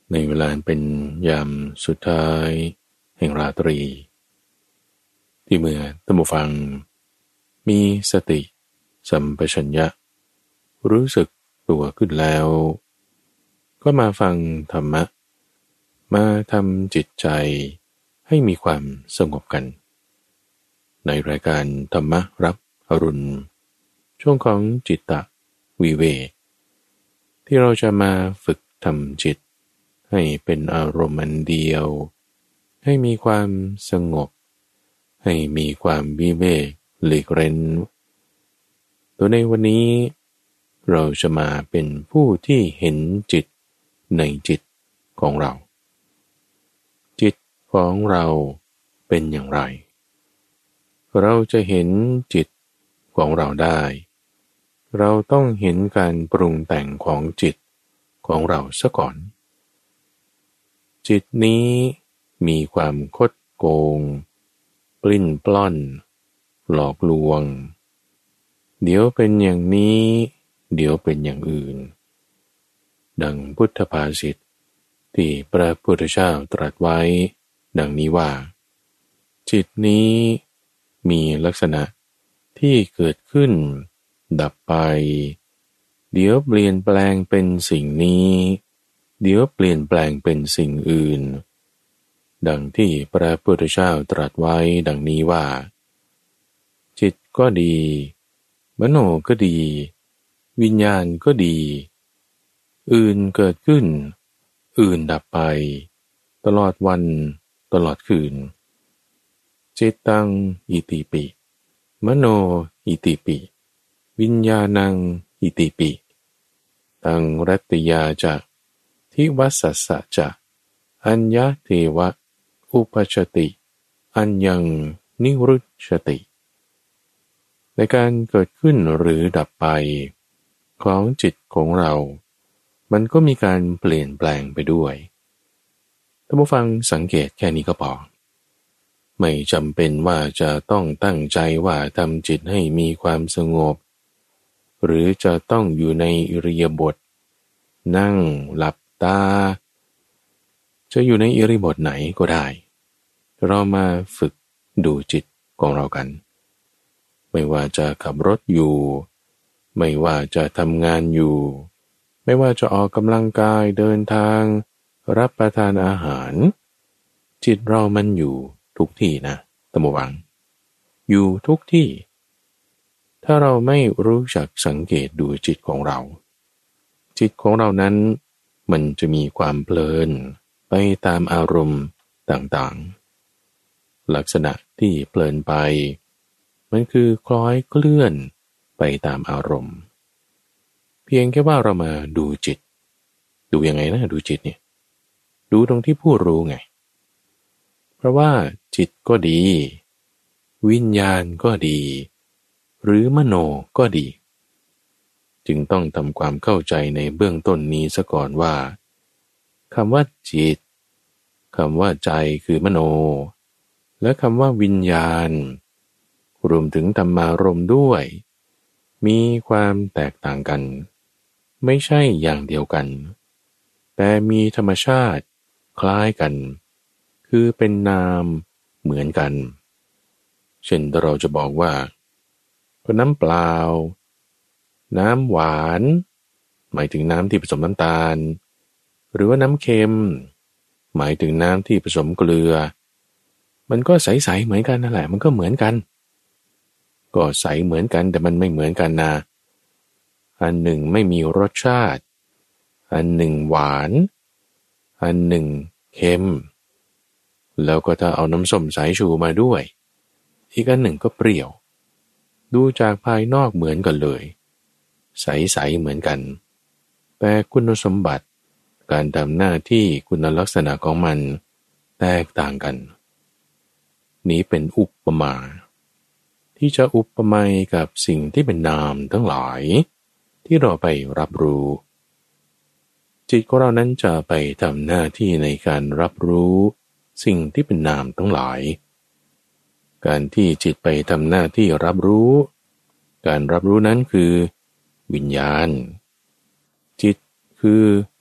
ในเวลาเป็นยามสุดท้ายแห่งราตรีที่เมื่อท่านผู้ฟังมีสติสัมปชัญญะรู้สึกตัวขึ้นแล้วก็มาฟังธรรมะมาทำจิตใจให้มีความสงบกันในรายการธรรมะรับอรุณช่วงของจิตตวิเวกที่เราจะมาฝึกทำจิตให้เป็นอารมณ์อันเดียวให้มีความสงบให้มีความวิเวกหลีกเร้นตัวในวันนี้เราจะมาเป็นผู้ที่เห็นจิตในจิตของเราจิตของเราเป็นอย่างไรเราจะเห็นจิตของเราได้เราต้องเห็นการปรุงแต่งของจิตของเราซะก่อนจิตนี้มีความคดโกงปลิ้นปล้อนหลอกลวงเดี๋ยวเป็นอย่างนี้เดี๋ยวเป็นอย่างอื่นดังพุทธภาษิตที่พระพุทธเจ้าตรัสไว้ดังนี้ว่าจิตนี้มีลักษณะที่เกิดขึ้นดับไปเดี๋ยวเปลี่ยนแปลงเป็นสิ่งนี้เดี๋ยวเปลี่ยนแปลงเป็นสิ่งอื่นดังที่พระพุทธเจ้าตรัสไว้ดังนี้ว่าจิตก็ดีมโนก็ดีวิญญาณก็ดีอื่นเกิดขึ้นอื่นดับไปตลอดวันตลอดคืนจิตตังอิติปิมโนอิติปิวิญญาณังอิติปิตังรัตติยาจะทิวัสสสะจะอัญญเทวะอุปชติอัญญังนิรุชติในการเกิดขึ้นหรือดับไปของจิตของเรามันก็มีการเปลี่ยนแปลงไปด้วยท่านผู้ฟังสังเกตแค่นี้ก็พอไม่จำเป็นว่าจะต้องตั้งใจว่าทำจิตให้มีความสงบหรือจะต้องอยู่ในอิริยาบถนั่งหลับตาจะอยู่ในอิริยาบถไหนก็ได้เรามาฝึกดูจิตของเรากันไม่ว่าจะขับรถอยู่ไม่ว่าจะทำงานอยู่ไม่ว่าจะออกกำลังกายเดินทางรับประทานอาหารจิตเรามันอยู่ทุกที่นะท่านผู้ฟังอยู่ทุกที่ถ้าเราไม่รู้จักสังเกตดูจิตของเราจิตของเรานั้นมันจะมีความเพลินไปตามอารมณ์ต่างๆลักษณะที่เพลินไปมันคือคล้อยเคลื่อนไปตามอารมณ์เพียงแค่ว่าเรามาดูจิตดูยังไงนะดูจิตเนี่ยดูตรงที่ผู้รู้ไงเพราะว่าจิตก็ดีวิญญาณก็ดีหรือมโนก็ดีจึงต้องทำความเข้าใจในเบื้องต้นนี้ซะก่อนว่าคำว่าจิตคำว่าใจคือมโนและคำว่าวิญญาณรวมถึงธรรมารมณ์ด้วยมีความแตกต่างกันไม่ใช่อย่างเดียวกันแต่มีธรรมชาติคล้ายกันคือเป็นนามเหมือนกันเช่นเราจะบอกว่าน้ำเปล่าน้ำหวานหมายถึงน้ำที่ผสมน้ำตาลหรือว่าน้ำเค็มหมายถึงน้ำที่ผสมเกลือมันก็ใสๆเหมือนกันนั่นแหละมันก็เหมือนกันก็ใสเหมือนกันแต่มันไม่เหมือนกันนะอันหนึ่งไม่มีรสชาติอันหนึ่งหวานอันหนึ่งเค็มแล้วก็ถ้าเอาน้ำส้มสายชูมาด้วยอีกอันหนึ่งก็เปรี้ยวดูจากภายนอกเหมือนกันเลยใสๆเหมือนกันแต่คุณสมบัติการทำหน้าที่คุณลักษณะของมันแตกต่างกันนี้เป็นอุปมาที่จะอุปไมยกับสิ่งที่เป็นนามทั้งหลายที่เราไปรับรู้จิตของเรานั้นจะไปทำหน้าที่ในการรับรู้สิ่งที่เป็นนามทั้งหลายการที่จิตไปทำหน้าที่รับรู้การรับรู้นั้นคือวิญญาณจิตคือ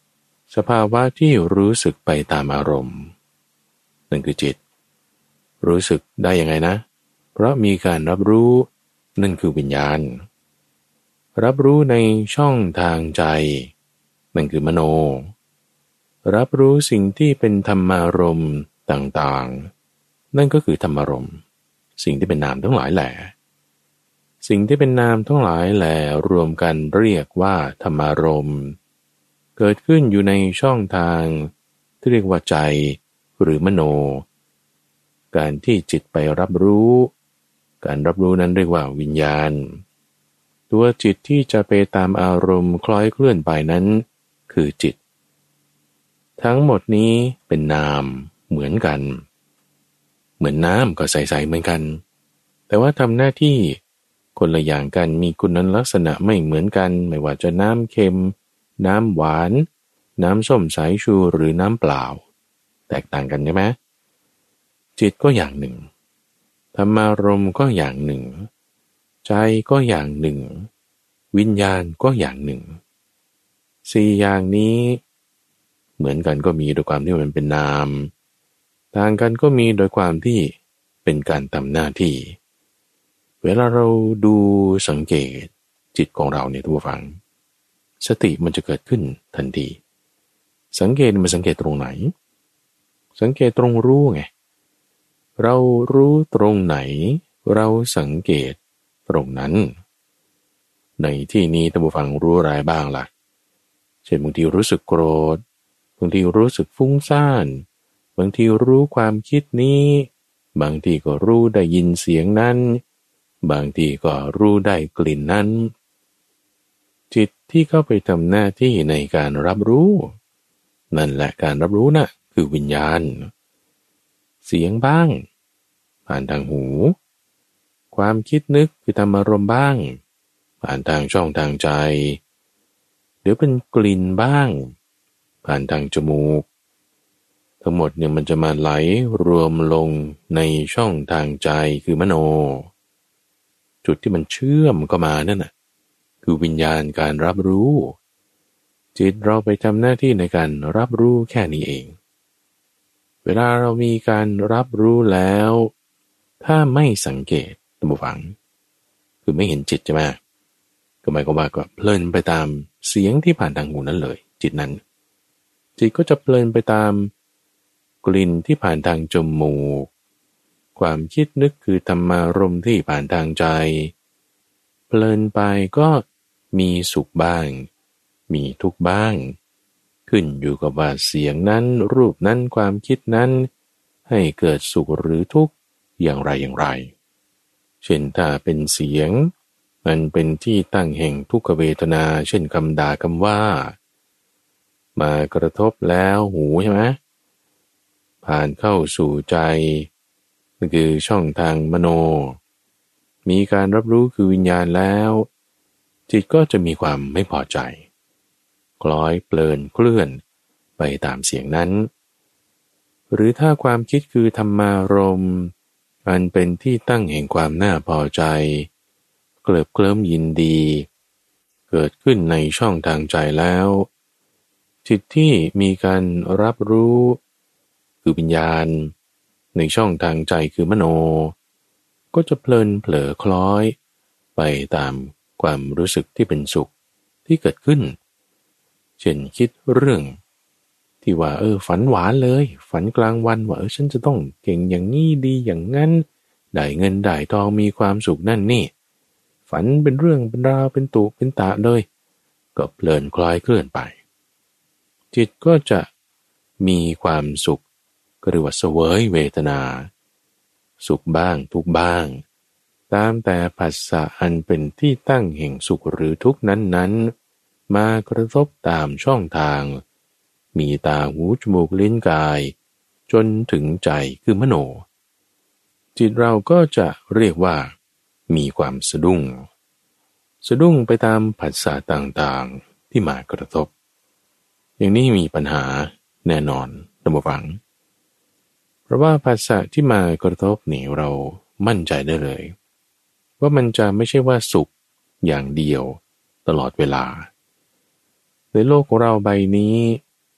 สภาวะที่รู้สึกไปตามอารมณ์นั่นคือจิตรู้สึกได้ยังไงนะเพราะมีการรับรู้นั่นคือวิญญาณรับรู้ในช่องทางใจนั่นคือมโนรับรู้สิ่งที่เป็นธรรมารมณ์ต่างๆนั่นก็คือธรรมารมณ์สิ่งที่เป็นนามทั้งหลายแหละสิ่งที่เป็นนามทั้งหลายแหละรวมกันเรียกว่าธรรมารมณ์เกิดขึ้นอยู่ในช่องทางที่เรียกว่าใจหรือมโนการที่จิตไปรับรู้การรับรู้นั้นเรียกว่าวิญญาณตัวจิตที่จะไปตามอารมณ์คล้อยเคลื่อนไปนั้นคือจิตทั้งหมดนี้เป็นนามเหมือนกันเหมือนน้ำก็ใสๆเหมือนกันแต่ว่าทำหน้าที่คนละอย่างกันมีคุณลักษณะไม่เหมือนกันไม่ว่าจะน้ำเค็มน้ำหวานน้ำส้มสายชูหรือน้ำเปล่าแตกต่างกันใช่ไหมจิตก็อย่างหนึ่งธรรมารมณ์ก็อย่างหนึ่งใจก็อย่างหนึ่งวิญญาณก็อย่างหนึ่งสี่อย่างนี้เหมือนกันก็มีโดยความที่มันเป็นนามต่างกันก็มีโดยความที่เป็นการทำหน้าที่เวลาเราดูสังเกตจิตของเราเนี่ยทุกฝังสติมันจะเกิดขึ้นทันทีสังเกตมันสังเกตตรงไหนสังเกตตรงรู้ไงเรารู้ตรงไหนเราสังเกตตรงนั้นในที่นี้ท่านผู้ฟังรู้อะไรบ้างล่ะเช่นบางทีรู้สึกโกรธบางทีรู้สึกฟุ้งซ่านบางทีรู้ความคิดนี้บางทีก็รู้ได้ยินเสียงนั้นบางทีก็รู้ได้กลิ่นนั้นจิตที่เข้าไปทำหน้าที่ในการรับรู้นั่นแหละการรับรู้น่ะคือวิญญาณเสียงบ้างผ่านทางหูความคิดนึกคือธรรมารมณ์บ้างผ่านทางช่องทางใจหรือเป็นกลิ่นบ้างผ่านทางจมูกทั้งหมดเนี่ยมันจะมาไหลรวมลงในช่องทางใจคือมโนจุดที่มันเชื่อมเข้ามานั่นน่ะคือวิญญาณการรับรู้จิตเราไปทำหน้าที่ในการรับรู้แค่นี้เองเวลาเรามีการรับรู้แล้วถ้าไม่สังเกตท่านผู้ฟังคือไม่เห็นจิตใช่ไหมก็หมายความว่าก็เพลินไปตามเสียงที่ผ่านทางหูนั้นเลยจิตนั้นจิตก็จะเพลินไปตามกลิ่นที่ผ่านทางจมูกความคิดนึกคือธรรมารมณ์ที่ผ่านทางใจเพลินไปก็มีสุขบ้างมีทุกข์บ้างขึ้นอยู่กับว่าเสียงนั้นรูปนั้นความคิดนั้นให้เกิดสุขหรือทุกข์อย่างไรอย่างไรเช่นถ้าเป็นเสียงมันเป็นที่ตั้งแห่งทุกขเวทนาเช่นคำด่าคำว่ามากระทบแล้วหูใช่ไหมผ่านเข้าสู่ใจนั่นคือช่องทางมโนมีการรับรู้คือวิญญาณแล้วจิตก็จะมีความไม่พอใจคล้อยเปลินเคลื่อนไปตามเสียงนั้นหรือถ้าความคิดคือธรรมารมณ์อันเป็นที่ตั้งแห่งความน่าพอใจเกลิบเคลิ้มยินดีเกิดขึ้นในช่องทางใจแล้วจิตที่มีการรับรู้คือวิญญาณในช่องทางใจคือมโนก็จะเพลินเผลอคล้อยไปตามความรู้สึกที่เป็นสุขที่เกิดขึ้นเช่นคิดเรื่องที่ว่าฝันหวานเลยฝันกลางวันว่าฉันจะต้องเก่งอย่างนี้ดีอย่างนั้นได้เงินได้ทองมีความสุขนั่นนี่ฝันเป็นเรื่องเป็นราวเป็นตุเป็นตะเลยก็เพลินคล้อยเคลื่อนไปจิตก็จะมีความสุขก็เรียกว่าเสวยเวทนาสุขบ้างทุกข์บ้างตามแต่ผัสสะอันเป็นที่ตั้งแห่งสุขหรือทุกข์นั้นๆมากระทบตามช่องทางมีตาหูจมูกลิ้นกายจนถึงใจคือมโนจิตเราก็จะเรียกว่ามีความสะดุ้งไปตามผัสสะต่างๆที่มากระทบอย่างนี้มีปัญหาแน่นอนท่านผู้ฟังเพราะว่าผัสสะที่มากระทบนี่เรามั่นใจได้เลยว่ามันจะไม่ใช่ว่าสุขอย่างเดียวตลอดเวลาในโลกของเราใบนี้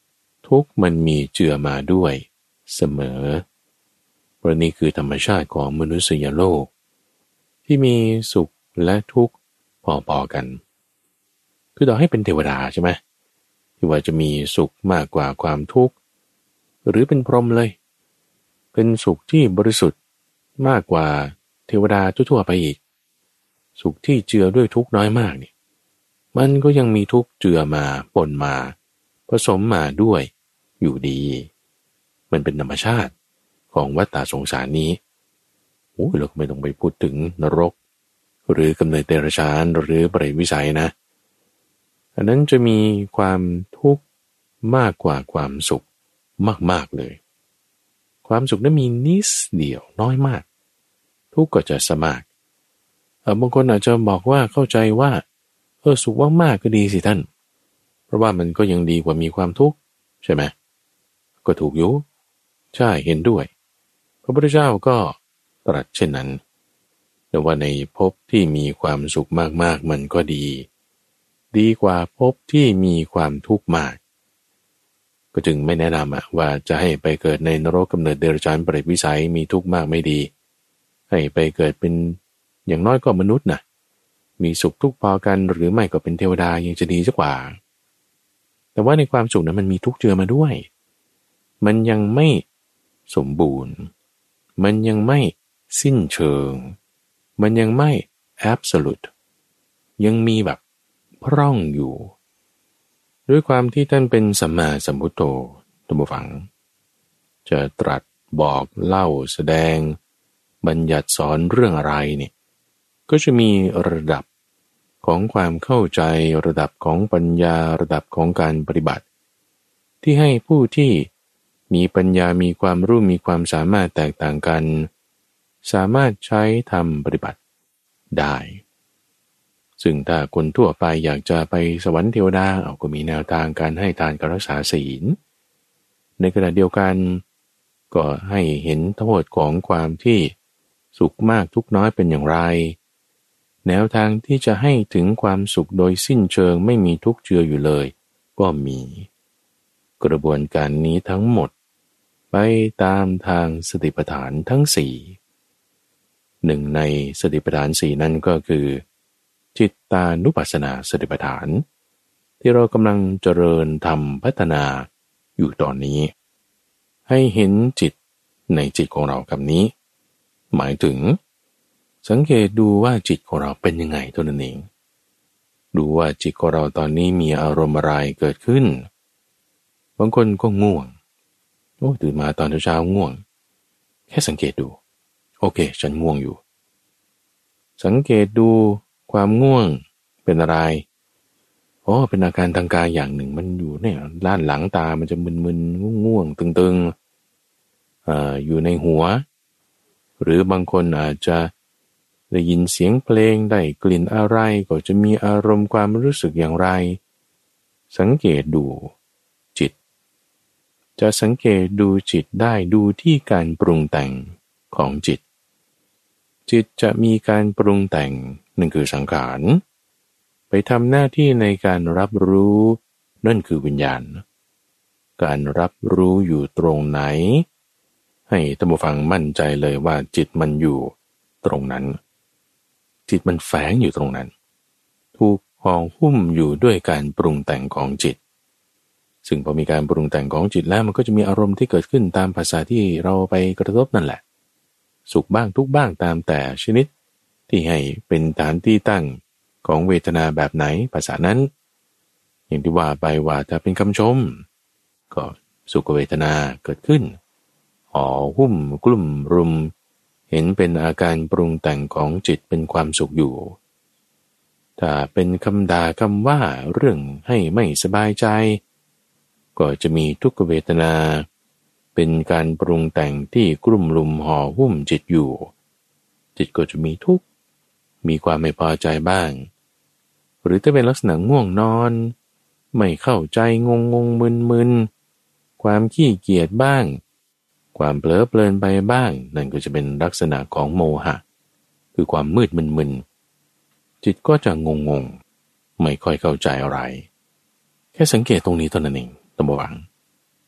ทุกข์มันมีเจือมาด้วยเสมอเพราะนี่คือธรรมชาติของมนุษยโลกที่มีสุขและทุกข์พอๆกันคือต่อให้เป็นเทวดาใช่ไหมที่ว่าจะมีสุขมากกว่าความทุกข์หรือเป็นพรหมเลยเป็นสุขที่บริสุทธิ์มากกว่าเทวดาทั่วๆไปอีกสุขที่เจือด้วยทุกข์น้อยมากนี่มันก็ยังมีทุกข์เจือมาปนมาผสมมาด้วยอยู่ดีมันเป็นธรรมชาติของวัฏฏะสงสารนี้เราก็ไม่ต้องไปพูดถึงนรกหรือกำเนิดเดรัจฉานหรือเปรตวิสัยนะอันนั้นจะมีความทุกข์มากกว่าความสุขมากๆเลยความสุขนั้นมีนิดเดียวน้อยมากทุกข์ก็จะสมากบางคนอาจจะบอกว่าเข้าใจว่าสุขมากๆก็ดีสิท่านเพราะว่ามันก็ยังดีกว่ามีความทุกข์ใช่ไหมก็ถูกอยู่ใช่เห็นด้วยพระพุทธเจ้าก็ตรัสเช่นนั้นแต่ว่าในภพที่มีความสุขมากๆมันก็ดีกว่าภพที่มีความทุกข์มากก็จึงไม่แนะนำว่าจะให้ไปเกิดในนรกกำเนิดเดรัจฉานเปรตวิสัยมีทุกข์มากไม่ดีให้ไปเกิดเป็นอย่างน้อยก็มนุษย์นะมีสุขทุกข์พอกันหรือไม่ก็เป็นเทวดายังจะดีสักกว่าแต่ว่าในความสุขนั้นมันมีทุกข์เจือมาด้วยมันยังไม่สมบูรณ์มันยังไม่สิ้นเชิงมันยังไม่ absolute ยังมีแบบพร่องอยู่ด้วยความที่ท่านเป็นสัมมาสัมพุทโธท่านผู้ฟังจะตรัสบอกเล่าแสดงบัญญัติสอนเรื่องอะไรเนี่ยก็จะมีระดับของความเข้าใจระดับของปัญญาระดับของการปฏิบัติที่ให้ผู้ที่มีปัญญามีความรู้มีความสามารถแตกต่างกันสามารถใช้ทำปฏิบัติได้ซึ่งถ้าคนทั่วไปอยากจะไปสวรรค์เทวดาก็มีแนวทางการให้ทานการรักษาศีลในขณะเดียวกันก็ให้เห็นโทษของความที่สุขมากทุกน้อยเป็นอย่างไรแนวทางที่จะให้ถึงความสุขโดยสิ้นเชิงไม่มีทุกข์เจืออยู่เลยก็มีกระบวนการนี้ทั้งหมดไปตามทางสติปัฏฐานทั้งสี่หนึ่งในสติปัฏฐานสี่นั่นก็คือจิตตานุปัสสนาสติปัฏฐานที่เรากำลังเจริญทำพัฒนาอยู่ตอนนี้ให้เห็นจิตในจิตของเราคำนี้หมายถึงสังเกตดูว่าจิตของเราเป็นยังไงเท่านั้นเองดูว่าจิตของเราตอนนี้มีอารมณ์อะไรเกิดขึ้นบางคนก็ง่วงตื่นมาตอนเช้าง่วงแค่สังเกตดูโอเคฉันง่วงอยู่สังเกตดูความง่วงเป็นอะไรเป็นอาการทางกายอย่างหนึ่งมันอยู่เนี่ยด้านหลังตามันจะมึนๆง่วงๆตึงๆอยู่ในหัวหรือบางคนอาจจะได้ยินเสียงเพลงได้กลิ่นอะไรก็จะมีอารมณ์ความรู้สึกอย่างไรสังเกตดูจิตจะสังเกตดูจิตได้ดูที่การปรุงแต่งของจิตจะมีการปรุงแต่งนั่นคือสังขารไปทำหน้าที่ในการรับรู้นั่นคือวิญญาณการรับรู้อยู่ตรงไหนให้ท่านผู้ฟังมั่นใจเลยว่าจิตมันอยู่ตรงนั้นจิตมันแฝงอยู่ตรงนั้นถูกห่อหุ้มอยู่ด้วยการปรุงแต่งของจิตซึ่งพอมีการปรุงแต่งของจิตแล้วมันก็จะมีอารมณ์ที่เกิดขึ้นตามภาษาที่เราไปกระทบนั่นแหละสุขบ้างทุกบ้างตามแต่ชนิดที่ให้เป็นฐานที่ตั้งของเวทนาแบบไหนภาษานั้นอย่างที่ว่าไปว่าถ้าเป็นคำชมก็สุขเวทนาเกิดขึ้นห่อหุ้มกลุ่มรุมเห็นเป็นอาการปรุงแต่งของจิตเป็นความสุขอยู่ถ้าเป็นคำด่าคำว่าเรื่องให้ไม่สบายใจก็จะมีทุกขเวทนาเป็นการปรุงแต่งที่กลุ่มลุมห่อหุ้มจิตอยู่จิตก็จะมีทุกข์มีความไม่พอใจบ้างหรือถ้าเป็นลักษณะง่วงนอนไม่เข้าใจงงมึนความขี้เกียจบ้างความเผลอเพลินไปบ้างนั่นก็จะเป็นลักษณะของโมหะคือความมืดมึนจิตก็จะงงไม่ค่อยเข้าใจอะไรแค่สังเกตตรงนี้เท่านั้นเองตั้งหวัง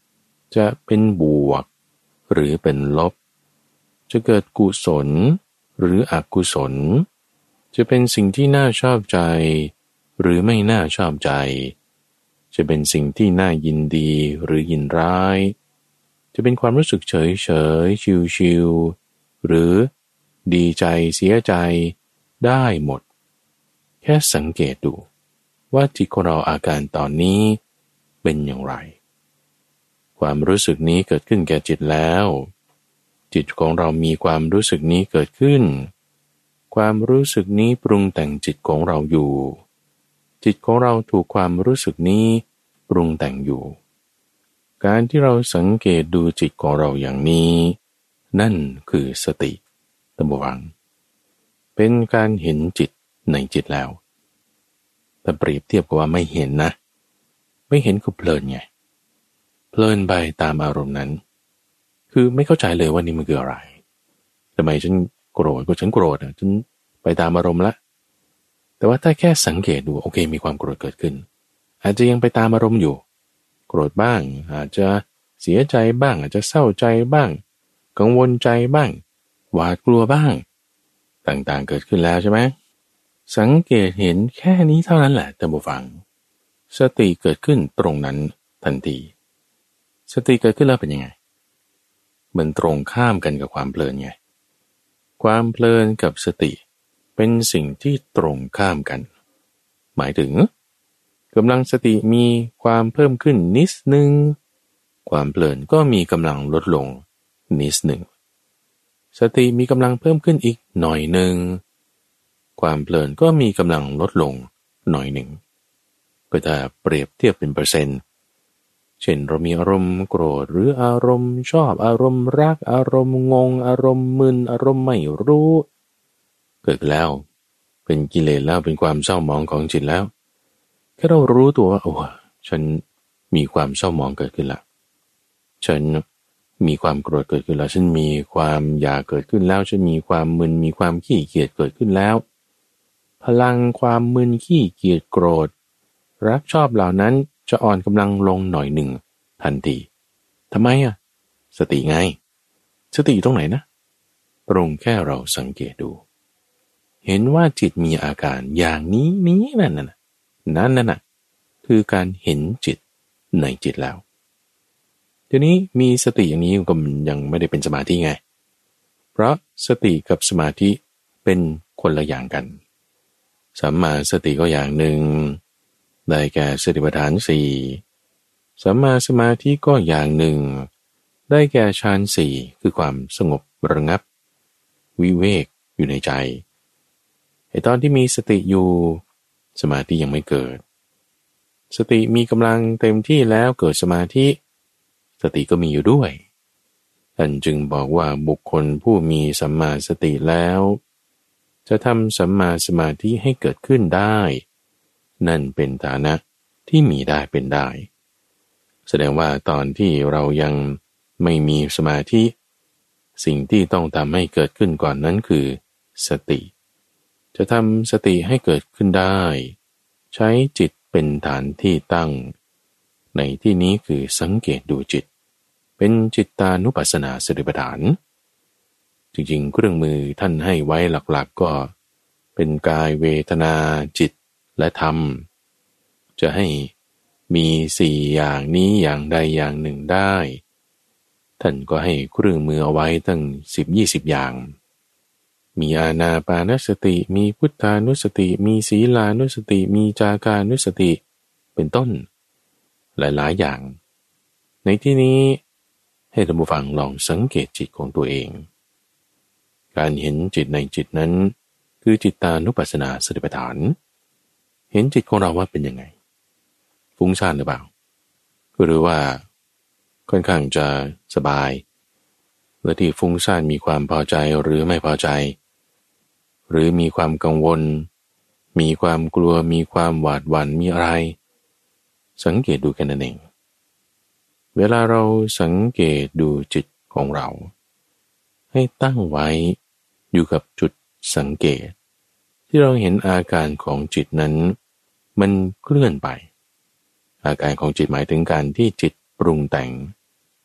จะเป็นบวกหรือเป็นลบจะเกิดกุศลหรืออกุศลจะเป็นสิ่งที่น่าชอบใจหรือไม่น่าชอบใจจะเป็นสิ่งที่น่ายินดีหรือยินร้ายจะเป็นความรู้สึกเฉยเฉยชิวๆหรือดีใจเสียใจได้หมดแค่สังเกตดูว่าจิตของเราอาการตอนนี้เป็นอย่างไรความรู้สึกนี้เกิดขึ้นแก่จิตแล้วจิตของเรามีความรู้สึกนี้เกิดขึ้นความรู้สึกนี้ปรุงแต่งจิตของเราอยู่จิตของเราถูกความรู้สึกนี้ปรุงแต่งอยู่การที่เราสังเกตดูจิตของเราอย่างนี้นั่นคือสติตั้งบวังเป็นการเห็นจิตในจิตแล้วแต่เปรียบเทียบกับว่าไม่เห็นนะไม่เห็นคือเพลินไงเพลินไปตามอารมณ์นั้นคือไม่เข้าใจเลยว่านี่มันคืออะไรทำไมฉันโกรธก็ฉันโกรธอ่ะฉันไปตามอารมณ์ละแต่ว่าถ้าแค่สังเกตดูโอเคมีความโกรธเกิดขึ้นอาจจะยังไปตามอารมณ์อยู่โกรธบ้างอาจจะเสียใจบ้างอาจจะเศร้าใจบ้างกังวลใจบ้างหวาดกลัวบ้างต่างๆเกิดขึ้นแล้วใช่ไหมสังเกตเห็นแค่นี้เท่านั้นแหละท่านผู้ฟังสติเกิดขึ้นตรงนั้นทันทีสติเกิดขึ้นแล้วเป็นยังไงมันตรงข้ามกันกับความเพลินไงความเพลินกับสติเป็นสิ่งที่ตรงข้ามกันหมายถึงกำลังสติมีความเพิ่มขึ้นนิดนึงความเพลินก็มีกำลังลดลงนิดหนึ่งสติมีกำลังเพิ่มขึ้นอีกหน่อยหนึ่งความเพลินก็มีกำลังลดลงหน่อยหนึ่งก็ถ้าเปรียบเทียบเป็นเปอร์เซ็นต์เช่นเรามีอารมณ์โกรธหรืออารมณ์ชอบอารมณ์รักอารมณ์งงอารมณ์มึนอารมณ์ไม่รู้เกิดแล้วเป็นกิเลสแล้วเป็นความเศร้าหมองของจิตแล้วแค่เรารู้ตัวว่าโอ้ฉันมีความเศร้าหมองเกิดขึ้นละฉันมีความโกรธเกิดขึ้นแล้วฉันมีความอยากเกิดขึ้นแล้วฉันมีความมึนมีความขี้เกียจเกิดขึ้นแล้วพลังความมึนขี้เกียจโกรธรักชอบเหล่านั้นจะอ่อนกำลังลงหน่อยหนึ่งทันทีทำไมอ่ะสติไงสติอยู่ตรงไหนนะตรงแค่เราสังเกตดูเห็นว่าจิตมีอาการอย่างนี้นั่นน่ะคือการเห็นจิตในจิตแล้วทีนี้มีสติอย่างนี้ก็ยังไม่ได้เป็นสมาธิไงเพราะสติกับสมาธิเป็นคนละอย่างกันสัมมาสติก็อย่างหนึ่งได้แก่สติปัฏฐานสี่สัมมาสมาธิก็อย่างหนึ่งได้แก่ฌานสี่คือความสงบระงับวิเวกอยู่ในใจไอ้ตอนที่มีสติอยู่สมาธิยังไม่เกิดสติมีกำลังเต็มที่แล้วเกิดสมาธิสติก็มีอยู่ด้วยท่านจึงบอกว่าบุคคลผู้มีสัมมาสติแล้วจะทำสัมมาสมาธิให้เกิดขึ้นได้นั่นเป็นฐานะที่มีได้เป็นได้แสดงว่าตอนที่เรายังไม่มีสมาธิสิ่งที่ต้องทำให้เกิดขึ้นก่อนนั้นคือสติจะทำสติให้เกิดขึ้นได้ใช้จิตเป็นฐานที่ตั้งในที่นี้คือสังเกตดูจิตเป็นจิตตานุปัสสนาสติปัฏฐานจริงๆเครื่องมือท่านให้ไว้หลักๆก็เป็นกายเวทนาจิตและธรรมจะให้มีสี่อย่างนี้อย่างใดอย่างหนึ่งได้ท่านก็ให้เครื่องมือเอาไว้ตั้ง10-20อย่างมีอานาปานสติมีพุทธานุสติมีศีลานุสติมีจากานุสติเป็นต้นหลายๆอย่างในที่นี้ให้ท่านผู้ฟังลองสังเกตจิตของตัวเองการเห็นจิตในจิตนั้นคือจิตตานุปัสสนาสติปัฏฐานเห็นจิตของเราว่าเป็นยังไงฟุ้งซ่านหรือเปล่าหรือว่าค่อนข้างจะสบายเมื่อที่ฟุ้งซ่านมีความพอใจหรือไม่พอใจหรือมีความกังวลมีความกลัวมีความหวาดหวั่นมีอะไรสังเกตดูกันนั่นเองเวลาเราสังเกตดูจิตของเราให้ตั้งไว้อยู่กับจุดสังเกตที่เราเห็นอาการของจิตนั้นมันเคลื่อนไปอาการของจิตหมายถึงการที่จิตปรุงแต่งไป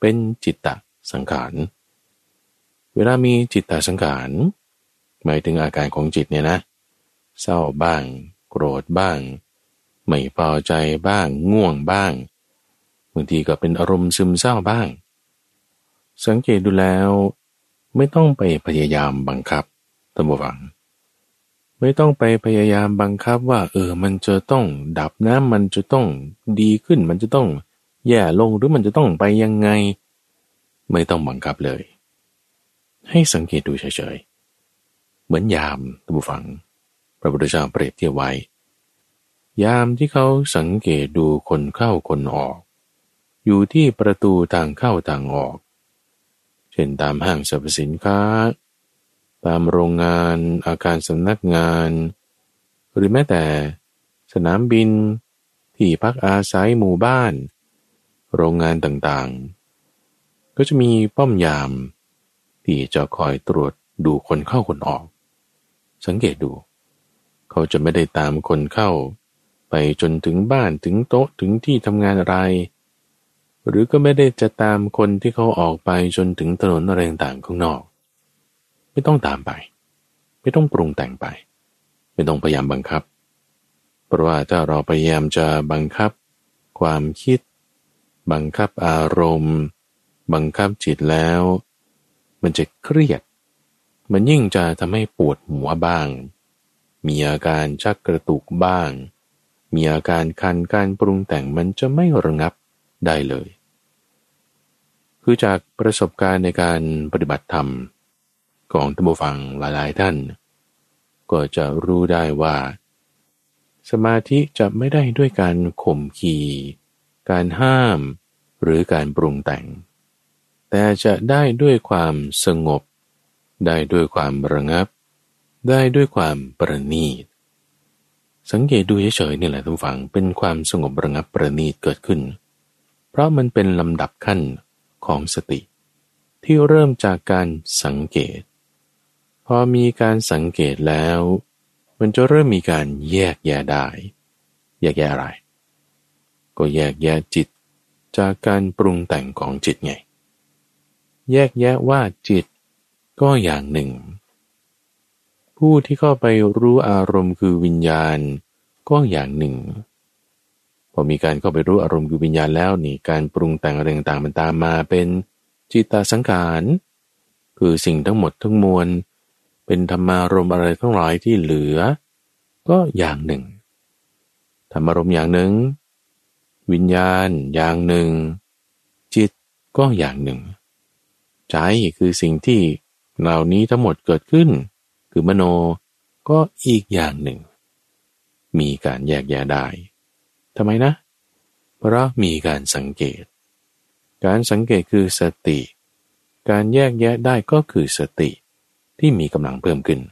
เป็นจิตตสังขารเวลามีจิตตสังขารหมายถึงอาการของจิตเนี่ยนะเศร้าบ้างโกรธบ้างไม่พอใจบ้างง่วงบ้างบางทีก็เป็นอารมณ์ซึมเศร้าบ้างสังเกตดูแล้วไม่ต้องไปพยายามบังคับท่านผู้ฟังไม่ต้องไปพยายามบังคับว่ามันจะต้องดับนะมันจะต้องดีขึ้นมันจะต้องแย่ลงหรือมันจะต้องไปยังไงไม่ต้องบังคับเลยให้สังเกตดูเฉยๆเหมือนยามท่านผู้ฟังพระพุทธเจ้าเปรียบเทียบไว้ยามที่เขาสังเกตดูคนเข้าคนออกอยู่ที่ประตูทางเข้าทางออกเช่นตามห้างสรรพสินค้าตามโรงงานอาคารสำนักงานหรือแม้แต่สนามบินที่พักอาศัยหมู่บ้านโรงงานต่างๆก็จะมีป้อมยามที่จะคอยตรวจดูคนเข้าคนออกสังเกตดูเขาจะไม่ได้ตามคนเข้าไปจนถึงบ้านถึงโต๊ะถึงที่ทำงานอะไรหรือก็ไม่ได้จะตามคนที่เขาออกไปจนถึงถนนอะไรต่างๆข้างนอกไม่ต้องตามไปไม่ต้องปรุงแต่งไปไม่ต้องพยายามบังคับเพราะว่าถ้าเราพยายามจะบังคับความคิดบังคับอารมณ์บังคับจิตแล้วมันจะเครียดมันยิ่งจะทำให้ปวดหัวบ้างมีอาการชักกระตุกบ้างมีอาการคันการปรุงแต่งมันจะไม่ระงับได้เลยคือจากประสบการณ์ในการปฏิบัติธรรมของท่านผู้ฟังหลายๆท่านก็จะรู้ได้ว่าสมาธิจะไม่ได้ด้วยการข่มขีการห้ามหรือการปรุงแต่งแต่จะได้ด้วยความสงบได้ด้วยความระงับได้ด้วยความประณีตสังเกตดูเฉยๆนี่แหละท่านผู้ฟังเป็นความสงบระงับประณีตเกิดขึ้นเพราะมันเป็นลำดับขั้นของสติที่เริ่มจากการสังเกตพอมีการสังเกตแล้วมันจะเริ่มมีการแยกแยะได้แยกแยะอะไรก็แยกแยะจิตจากการปรุงแต่งของจิตไงแยกแยะว่าจิตก็อย่างหนึ่งผู้ที่เข้าไปรู้อารมณ์คือวิญญาณก็อย่างหนึ่งพอมีการเข้าไปรู้อารมณ์คือวิญญาณแล้วนี่การปรุงแต่งอะไรต่างๆมันตามมาเป็นจิตตสังขารคือสิ่งทั้งหมดทั้งมวลเป็นธรรมารมณ์อะไรทั้งหลายที่เหลือก็อย่างหนึ่งธรรมารมณ์อย่างหนึ่งวิญญาณอย่างหนึ่งจิตก็อย่างหนึ่งใจคือสิ่งที่เหล่านี้ทั้งหมดเกิดขึ้นคือมโนก็อีกอย่างหนึ่งมีการแยกแยะได้ทำไมนะเพราะมีการสังเกตการสังเกตคือสติการแยกแยะได้ก็คือสติที่มีกำลังเพิ่มขึ้น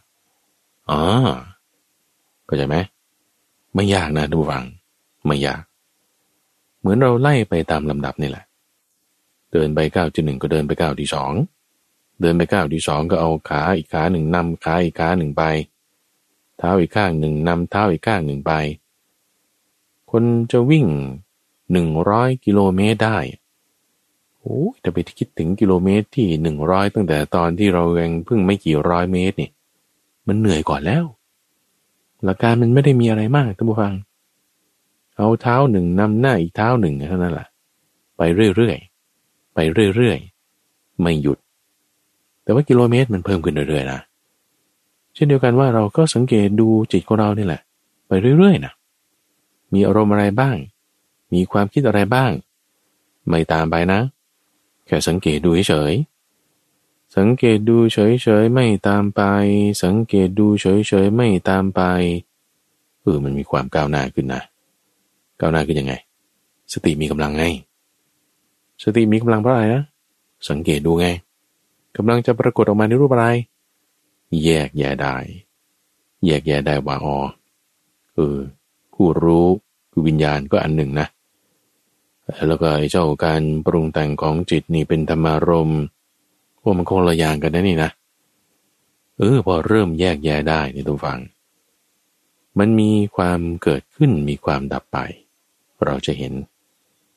เข้าใจไหมไม่ยากนะท่านผู้ฟังไม่ยากเหมือนเราไล่ไปตามลำดับนี่แหละเดินไปก้าวที่หนึ่งก็เดินไปก้าวที่สองเดินไปก้าวที่สองก็เอาขาอีกขาหนึ่งนำขาอีกขาหนึ่งไปเท้าอีกข้างหนึ่งนำเท้าอีกข้างหนึ่งไปคนจะวิ่ง100 กิโลเมตรได้โอ้ยแต่ไปคิดถึงกิโลเมตรที่100ตั้งแต่ตอนที่เรายังเพิ่งไม่กี่ร้อยเมตรนี่มันเหนื่อยก่อนแล้วหลักการมันไม่ได้มีอะไรมากท่านผู้ฟังเอาเท้าหนึ่งนำหน้าอีกเท้าหนึ่งเท่านั้นแหละไปเรื่อยๆไปเรื่อยๆไม่หยุดแต่ว่ากิโลเมตรมันเพิ่มขึ้นเรื่อยๆนะเช่นเดียวกันว่าเราก็สังเกตดูจิตของเรานี่แหละไปเรื่อยๆนะมีอารมณ์อะไรบ้างมีความคิดอะไรบ้างไม่ตามไปนะแค่สังเกตดูเฉยๆสังเกตดูเฉยๆไม่ตามไปสังเกตดูเฉยๆไม่ตามไปมันมีความก้าวหน้าขึ้นนะก้าวหน้าขึ้นยังไงสติมีกำลังไงสติมีกำลังเพราะอะไรนะสังเกตดูไงกำลังจะปรากฏออกมาในรูปอะไรแยกแยะได้แยกแยะได้ว่าผู้รู้คือวิญญาณก็อันหนึ่งนะแล้วก็ไอ้เจ้าการปรุงแต่งของจิตนี่เป็นธรรมารมณ์มันคงละอย่างกันนะนี่นะพอเริ่มแยกแยะได้นี่ทุกฟังมันมีความเกิดขึ้นมีความดับไปเราจะเห็นค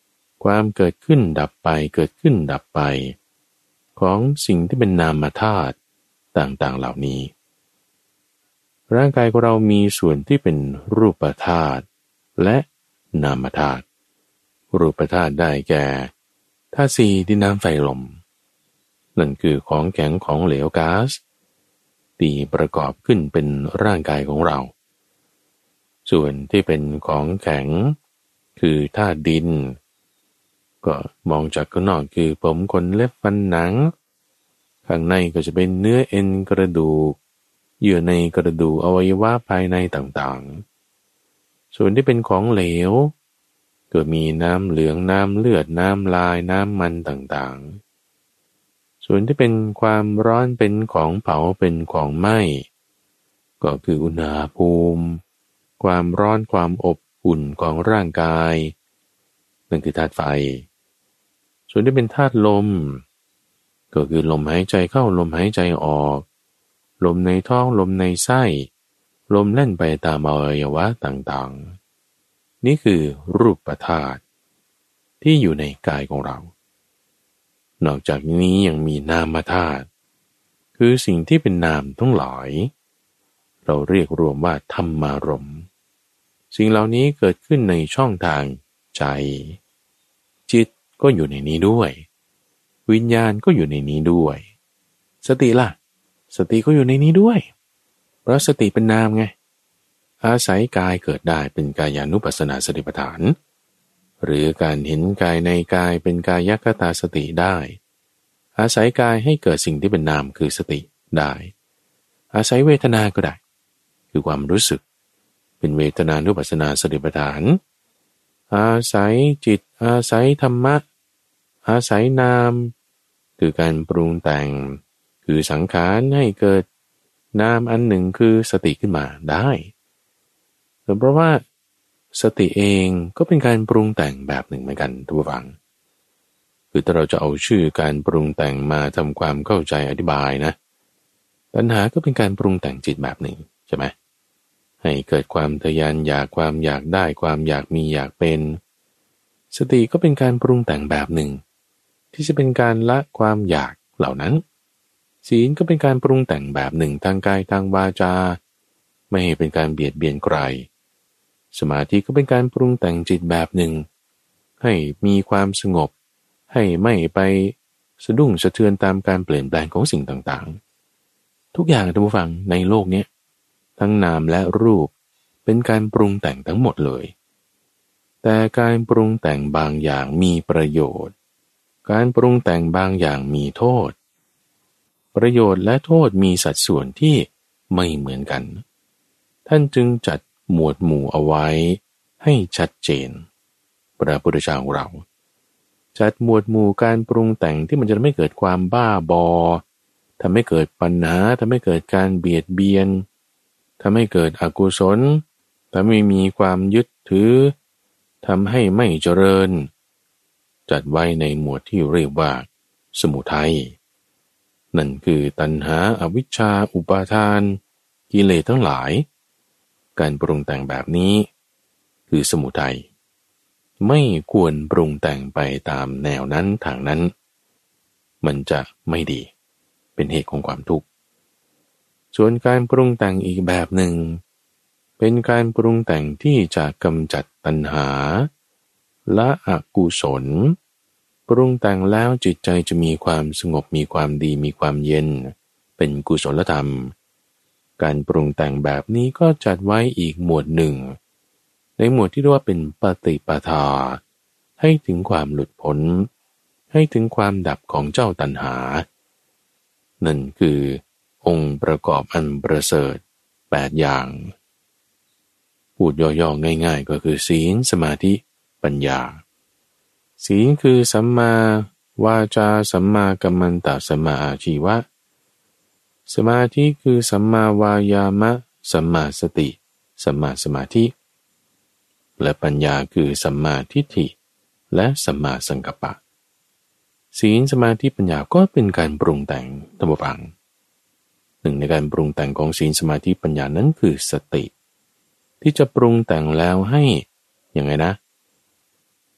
ความเกิดขึ้นดับไปเกิดขึ้นดับไปของสิ่งที่เป็นนามธาตุต่างๆเหล่านี้ร่างกายของเรามีส่วนที่เป็นรูปธาตุและนามธาตุรูปธาตุได้แก่ธาตุสี่ดินน้ำไฟลมนั่นคือของแข็งของเหลวก๊าซที่ประกอบขึ้นเป็นร่างกายของเราส่วนที่เป็นของแข็งคือธาตุดินก็มองจากข้างนอกคือผมขนเล็บฟันหนังข้างในก็จะเป็นเนื้อเอ็นกระดูกเยื่อในกระดูกอวัยวะภายในต่างๆส่วนที่เป็นของเหลวก็มีน้ำเหลืองน้ำเลือดน้ำลายน้ำมันต่างๆส่วนที่เป็นความร้อนเป็นของเผาเป็นของไหม้ก็คืออุณหภูมิความร้อนความอบอุ่นของร่างกายนั่นคือธาตุไฟส่วนที่เป็นธาตุลมก็คือลมหายใจเข้าลมหายใจออกลมในท้องลมในไส้ลมเล่นไปตามอวัยวะต่างๆนี่คือรูปธาตุที่อยู่ในกายของเรานอกจากนี้ยังมีนามธาตุคือสิ่งที่เป็นนามทั้งหลายเราเรียกรวมว่าธรรมารมณ์สิ่งเหล่านี้เกิดขึ้นในช่องทางใจจิตก็อยู่ในนี้ด้วยวิญญาณก็อยู่ในนี้ด้วยสติล่ะสติก็อยู่ในนี้ด้วยเพราะสติเป็นนามไงอาศัยกายเกิดได้เป็นกายานุปัสสนาสติปัฏฐานหรือการเห็นกายในกายเป็นกายคตาสติได้อาศัยกายให้เกิดสิ่งที่เป็นนามคือสติได้อาศัยเวทนาก็ได้คือความรู้สึกเป็นเวทนานุปัสสนาสติปัฏฐานอาศัยจิตอาศัยธรรมะอาศัยนามคือการปรุงแต่งคือสังขารให้เกิดนามอันหนึ่งคือสติขึ้นมาได้เพราะว่าสติเองก็เป็นการปรุงแต่งแบบหนึ่งเหมือนกันทุกฝังคือถ้าเราจะเอาชื่อการปรุงแต่งมาทำความเข้าใจอธิบายนะตัณหาก็เป็นการปรุงแต่งจิตแบบหนึ่งใช่ไหมให้เกิดความทะยานอยากความอยากได้ความอยากมีอยากเป็นสติก็เป็นการปรุงแต่งแบบหนึ่งที่จะเป็นการละความอยากเหล่านั้นศีลก็เป็นการปรุงแต่งแบบหนึ่งทางกายทางวาจาไม่ให้เป็นการเบียดเบียนใครสมาธิก็เป็นการปรุงแต่งจิตแบบหนึ่งให้มีความสงบให้ไม่ไปสะดุ้งสะเทือนตามการเปลี่ยนแปลงของสิ่งต่างๆทุกอย่างท่านผู้ฟังในโลกนี้ทั้งนามและรูปเป็นการปรุงแต่งทั้งหมดเลยแต่การปรุงแต่งบางอย่างมีประโยชน์การปรุงแต่งบางอย่างมีโทษประโยชน์และโทษมีสัดส่วนที่ไม่เหมือนกันท่านจึงจัดหมวดหมู่เอาไว้ให้ชัดเจนพระพุทธเจ้าของเราจัดหมวดหมู่การปรุงแต่งที่มันจะไม่เกิดความบ้าบอทำให้เกิดปัญหาทำให้เกิดการเบียดเบียนทำให้เกิดอกุศลทำให้มีความยึดถือทำให้ไม่เจริญจัดไว้ในหมวดที่เรียกว่าสมุทัยนั่นคือตัณหาอวิชชาอุปาทานกิเลสทั้งหลายการปรุงแต่งแบบนี้คือสมุทัยไม่ควรปรุงแต่งไปตามแนวนั้นทางนั้นมันจะไม่ดีเป็นเหตุของความทุกข์ส่วนการปรุงแต่งอีกแบบหนึ่งเป็นการปรุงแต่งที่จะกำจัดตัณหาละอกุศลปรุงแต่งแล้วจิตใจจะมีความสงบมีความดีมีความเย็นเป็นกุศลธรรมการปรุงแต่งแบบนี้ก็จัดไว้อีกหมวดหนึ่งในหมวดที่เรียกว่าเป็นปฏิปทาให้ถึงความหลุดพ้นให้ถึงความดับของเจ้าตัณหานั่นคือองค์ประกอบอันประเสริฐ8อย่างพูดย่อๆง่ายๆก็คือศีลสมาธิปัญญาศีลคือสัมมาวาจาสัมมากัมมันตสัมมาอาชีวะสมาธิคือสัมมาวายามะสัมมาสติสัมมาสมาธิและปัญญาคือสัมมาทิฏฐิและสัมมาสังกัปปะศีลสมาธิปัญญาก็เป็นการปรุงแต่งธรรมฟังหนึ่งในการปรุงแต่งของศีลสมาธิปัญญานั้นคือสติที่จะปรุงแต่งแล้วให้ยังไงนะ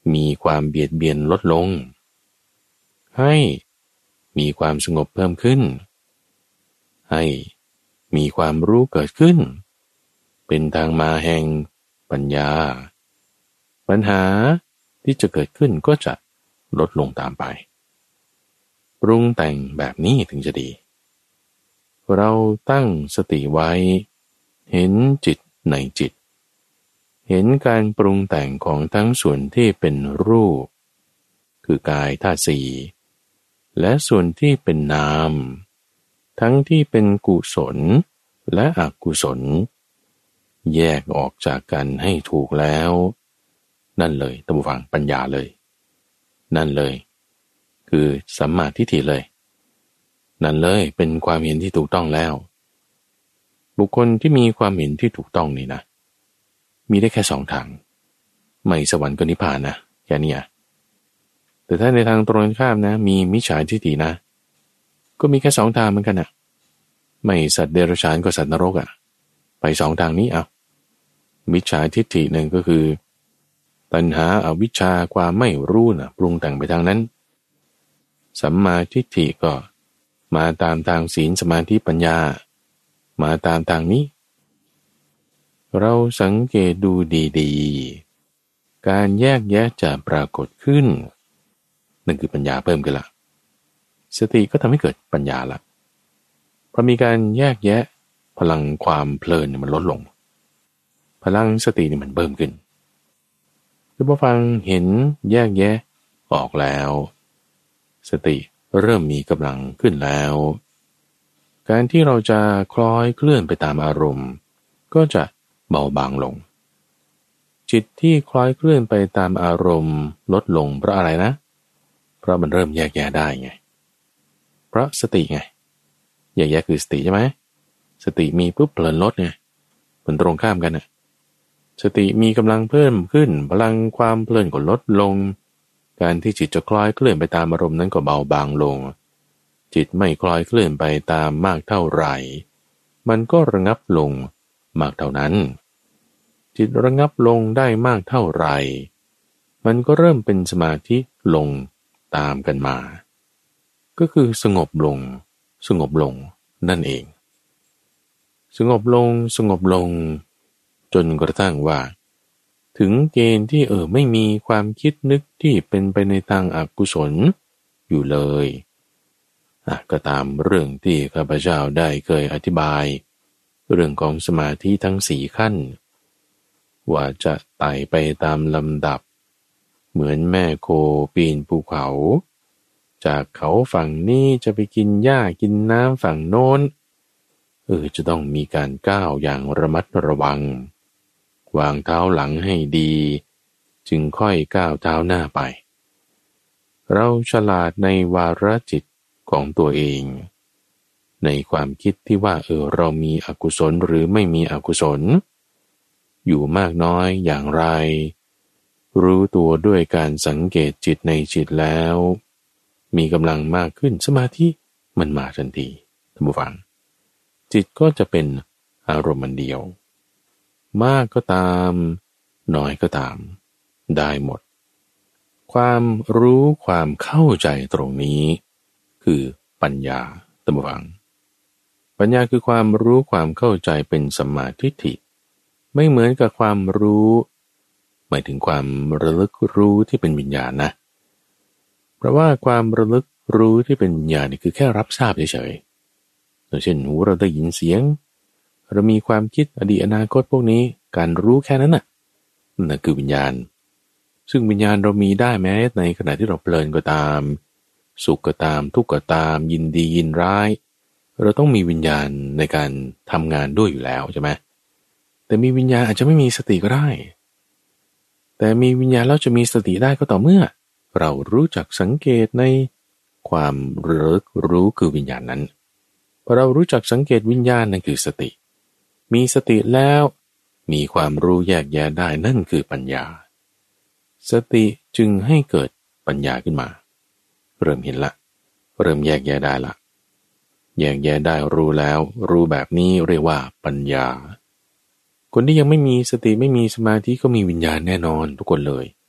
มีความเบียดเบียนลดลงให้มีความสงบเพิ่มขึ้นให้มีความรู้เกิดขึ้นเป็นทางมาแห่งปัญญาปัญหาที่จะเกิดขึ้นก็จะลดลงตามไปปรุงแต่งแบบนี้ถึงจะดีเราตั้งสติไว้เห็นจิตในจิตเห็นการปรุงแต่งของทั้งส่วนที่เป็นรูปคือกายธาตุสี่และส่วนที่เป็นนามทั้งที่เป็นกุศลและอกุศลแยกออกจากกันให้ถูกแล้วนั่นเลยท่านผู้ฟังปัญญาเลยนั่นเลยคือสัมมาทิฏฐิเลยนั่นเลยเป็นความเห็นที่ถูกต้องแล้วบุคคลที่มีความเห็นที่ถูกต้องนี่นะมีได้แค่สองทางไม่สวรรค์ก็นิพพานนะแค่นี้แต่ถ้าในทางตรงข้ามนะมีมิจฉาทิฏฐินะก็มีแค่สองทางเหมือนกันนะไม่สัตว์เดรัจฉานก็สัตว์นรกไปสองทางนี้เอามิจฉาทิฏฐิหนึ่งก็คือตัณหาอวิชชาความไม่รู้นะปรุงแต่งไปทางนั้นสัมมาทิฏฐิก็มาตามทางศีลสมาธิปัญญามาตามทางนี้เราสังเกตดูดีๆการแยกแยะจะปรากฏขึ้นนั่นคือปัญญาเพิ่มขึ้นละสติก็ทำให้เกิดปัญญาละพอมีการแยกแยะพลังความเพลินมันลดลงพลังสตินี่มันเพิ่มขึ้นคือพอฟังเห็นแยกแยะออกแล้วสติเริ่มมีกำลังขึ้นแล้วการที่เราจะคล้อยเคลื่อนไปตามอารมณ์ก็จะเบาบางลงจิตที่คล้อยเคลื่อนไปตามอารมณ์ลดลงเพราะอะไรนะเพราะมันเริ่มแยกแยะได้ไงเพราะสติไงแยกแยะคือสติใช่ไหมสติมีปุ๊บเพลินลดไงมันตรงข้ามกันน่ะสติมีกำลังเพิ่มขึ้นพลังความเพลินก็ลดลงการที่จิตจะคล้อยเคลื่อนไปตามอารมณ์นั้นก็เบาบางลงจิตไม่คล้อยเคลื่อนไปตามมากเท่าไหร่มันก็ระงับลงมากเท่านั้นจิตระงับลงได้มากเท่าไหร่มันก็เริ่มเป็นสมาธิลงตามกันมาก็คือสงบลงสงบลงนั่นเองสงบลงสงบลงจนกระทั่งว่าถึงเกณฑ์ที่ไม่มีความคิดนึกที่เป็นไปในทางอกุศลอยู่เลยก็ตามเรื่องที่ข้าพเจ้าได้เคยอธิบายเรื่องของสมาธิทั้งสี่ขั้นว่าจะไต่ไปตามลำดับเหมือนแม่โคปีนภูเขาจากเขาฝั่งนี้จะไปกินหญ้ากินน้ำฝั่งโน้นจะต้องมีการก้าวอย่างระมัดระวังวางเท้าหลังให้ดีจึงค่อยก้าวเท้าหน้าไปเราฉลาดในวาระจิตของตัวเองในความคิดที่ว่าเรามีอกุศลหรือไม่มีอกุศลอยู่มากน้อยอย่างไรรู้ตัวด้วยการสังเกตจิตในจิตแล้วมีกำลังมากขึ้นสมาธิมันมาทันทีท่านผู้ฟังจิตก็จะเป็นอารมณ์เดียวมากก็ตามน้อยก็ตามได้หมดความรู้ความเข้าใจตรงนี้คือปัญญาท่านผู้ฟังปัญญาคือความรู้ความเข้าใจเป็นสัมมาทิฏฐิไม่เหมือนกับความรู้หมายถึงความระลึกรู้ที่เป็นวิญญาณนะเพราะว่าความระลึกรู้ที่เป็นวิญญาณนี่คือแค่รับทราบเฉยๆอย่างเช่นหูเราได้ยินเสียงเรามีความคิดอดีตอนาคตพวกนี้การรู้แค่นั้นน่ะนั่นคือวิญญาณซึ่งวิญญาณเรามีได้แม้ในขณะที่เราเพลินก็ตามสุขก็ตามทุกข์ก็ตามยินดียินร้ายเราต้องมีวิญญาณในการทำงานด้วยอยู่แล้วใช่ไหมแต่มีวิญญาณอาจจะไม่มีสติก็ได้แต่มีวิญญาณแล้วจะมีสติได้ก็ต่อเมื่อเรารู้จักสังเกตในความระลึกรู้คือวิญญาณนั้นพอเรารู้จักสังเกตวิญญาณนั่นคือสติมีสติแล้วมีความรู้แยกแยะได้นั่นคือปัญญาสติจึงให้เกิดปัญญาขึ้นมาเริ่มเห็นละเริ่มแยกแยะได้ละแยกแยะได้รู้แล้วรู้แบบนี้เรียกว่าปัญญาคนที่ยังไม่มีสติไม่มีสมาธิก็มีวิญญาณแน่นอนทุกคนเลย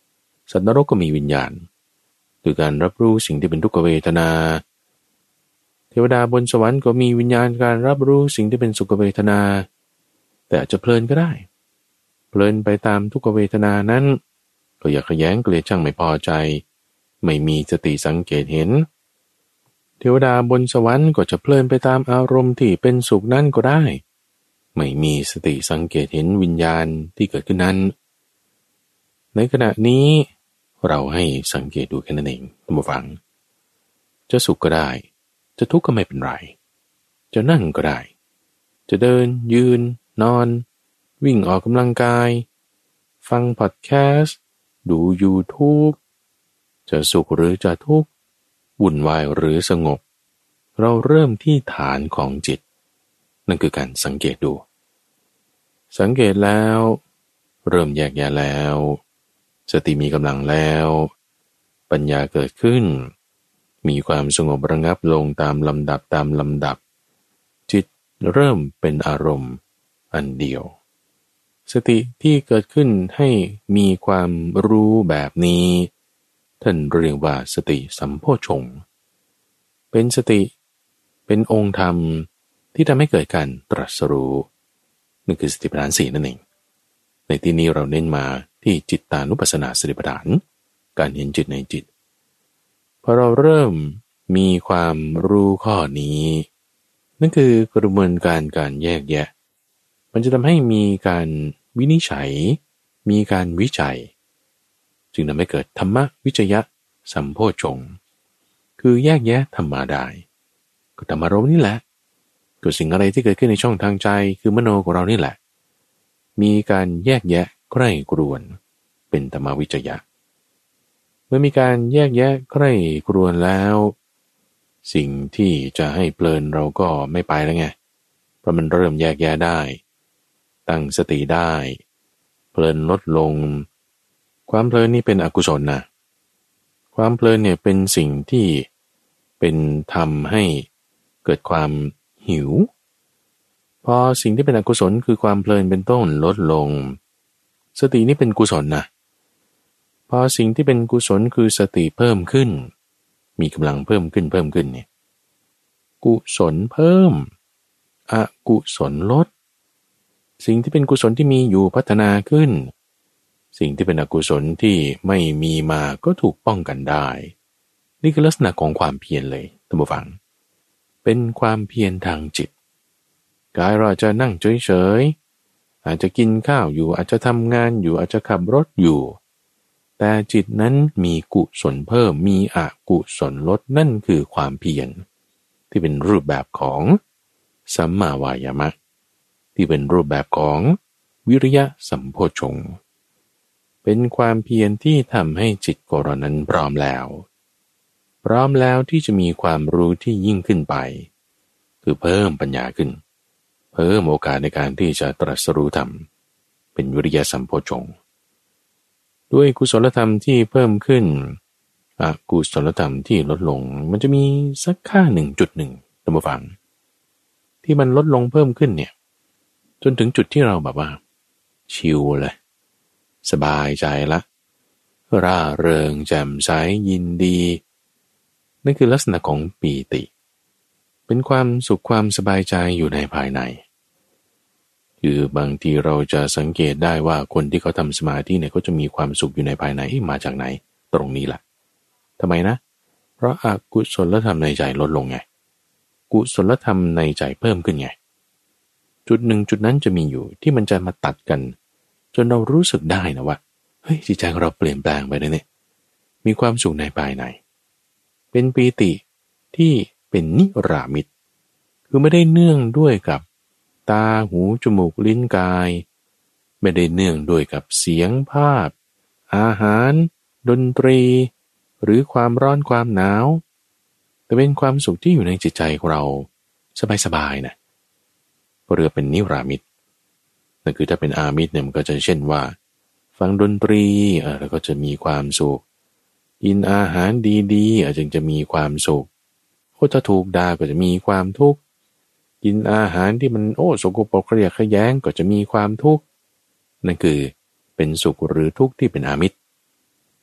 สัตว์นรกก็มีวิญญาณคือการรับรู้สิ่งที่เป็นทุกขเวทนาเทวดาบนสวรรค์ก็มีวิญญาณการรับรู้สิ่งที่เป็นสุขเวทนาแต่อาจจะเพลินก็ได้เพลินไปตามทุกขเวทนานั้นก็อยากขยงเกลียดชังไม่พอใจไม่มีสติสังเกตเห็นเทวดาบนสวรรค์ก็จะเพลินไปตามอารมณ์ที่เป็นสุขนั้นก็ได้ไม่มีสติสังเกตเห็นวิญญาณที่เกิดขึ้นนั้นในขณะนี้เราให้สังเกตดูแค่นั้นเองท่านผู้ฟังจะสุขก็ได้จะทุกข์ก็ไม่เป็นไรจะนั่งก็ได้จะเดินยืนนอนวิ่งออกกำลังกายฟังพอดแคสต์ดู YouTube จะสุขหรือจะทุกข์วุ่นวายหรือสงบเราเริ่มที่ฐานของจิตนั่นคือการสังเกตดูสังเกตแล้วเริ่มแยกแยะแล้วสติมีกำลังแล้วปัญญาเกิดขึ้นมีความสงบระงับลงตามลำดับจิตเริ่มเป็นอารมณ์อันเดียวสติที่เกิดขึ้นให้มีความรู้แบบนี้ท่านเรียกว่าสติสัมโพชฌงค์เป็นสติเป็นองค์ธรรมที่ทำให้เกิดการตรัสรู้นั่นคือสติปัฏฐานสี่นั่นเองในที่นี้เราเน้นมาที่จิตตานุปัสสนาสติปัฏฐานการเห็นจิตในจิตพอเราเริ่มมีความรู้ข้อนี้นั่นคือกระบวนการแยกแยะมันจะทำให้มีการวินิจฉัยมีการวิจัยจึงทำให้เกิดธรรมวิจยะสัมโพชฌงค์คือแยกแยะธรรมะได้ก็ธรรมารมณ์นี่แหละก็สิ่งอะไรที่เกิดขึ้นในช่องทางใจคือมโนของเรานี่แหละมีการแยกแยะใคร่ครวญเป็นธรรมวิจยะเมื่อมีการแยกแยะใคร่ครวญแล้วสิ่งที่จะให้เพลินเราก็ไม่ไปแล้วไงเพราะมันเริ่มแยกแยะได้ตั้งสติได้เพลินลดลงความเพลินนี่เป็นอกุศลนะความเพลินเนี่ยเป็นสิ่งที่เป็นทำให้เกิดความหิวพอสิ่งที่เป็นอกุศลคือความเพลินเป็นต้นลดลงสตินี่เป็นกุศลนะพอสิ่งที่เป็นกุศลคือสติเพิ่มขึ้นมีกำลังเพิ่มขึ้นเนี่ยกุศลเพิ่มอกุศลลดสิ่งที่เป็นกุศลที่มีอยู่พัฒนาขึ้นสิ่งที่เป็นอกุศลที่ไม่มีมาก็ถูกป้องกันได้นี่คือลักษณะของความเพียรเลยท่านผู้ฟังเป็นความเพียรทางจิตกายเราอาจจะนั่งเฉยๆอาจจะกินข้าวอยู่อาจจะทำงานอยู่อาจจะขับรถอยู่แต่จิตนั้นมีกุศลเพิ่มมีอกุศลลดนั่นคือความเพียรที่เป็นรูปแบบของสัมมาวายามะที่เป็นรูปแบบของวิริยะสัมโพชฌงค์เป็นความเพียรที่ทำให้จิตของเรานั้นพร้อมแล้วที่จะมีความรู้ที่ยิ่งขึ้นไปคือเพิ่มปัญญาขึ้นเพิ่มโอกาสในการที่จะตรัสรู้ธรรมเป็นวิริยะสัมโพชฌงค์ด้วยกุศลธรรมที่เพิ่มขึ้นอกุศลธรรมที่ลดลงมันจะมีสักค่า 1.1 ท่านผู้ฟังที่มันลดลงเพิ่มขึ้นเนี่ยจนถึงจุดที่เราแบบว่าชิลเลยสบายใจละร่าเริงแจ่มใสยินดีนั่นคือลักษณะของปีติเป็นความสุขความสบายใจอยู่ในภายในคือบางทีเราจะสังเกตได้ว่าคนที่เขาทำสมาธิเนี่ยเขาจะมีความสุขอยู่ในภายในมาจากไหนตรงนี้แหละทำไมนะเพราะอกุศลธรรมในใจลดลงไงกุศลธรรมในใจเพิ่มขึ้นไงจุดหนึ่งจุดนั้นจะมีอยู่ที่มันจะมาตัดกันจนเรารู้สึกได้นะว่าเฮ้ยจิตใจของเราเปลี่ยนแปลงไปเลยเนี่ยมีความสุขในภายในเป็นปีติที่เป็นนิรามิตคือไม่ได้เนื่องด้วยกับตาหูจมูกลิ้นกายไม่ได้เนื่องด้วยกับเสียงภาพอาหารดนตรีหรือความร้อนความหนาวแต่เป็นความสุขที่อยู่ในจิตใจของเราสบายๆนะเรือเป็นนิรามิตนั่นคือถ้าเป็นอามิตเนี่ยมันก็จะเช่นว่าฟังดนตรีแล้วก็จะมีความสุขกินอาหารดีๆจึงจะมีความสุขถ้าถูกด่าก็จะมีความทุกข์กินอาหารที่มันสกปรกเกลียดขยงก็จะมีความทุกข์นั่นคือเป็นสุขหรือทุกข์ที่เป็นอามิตร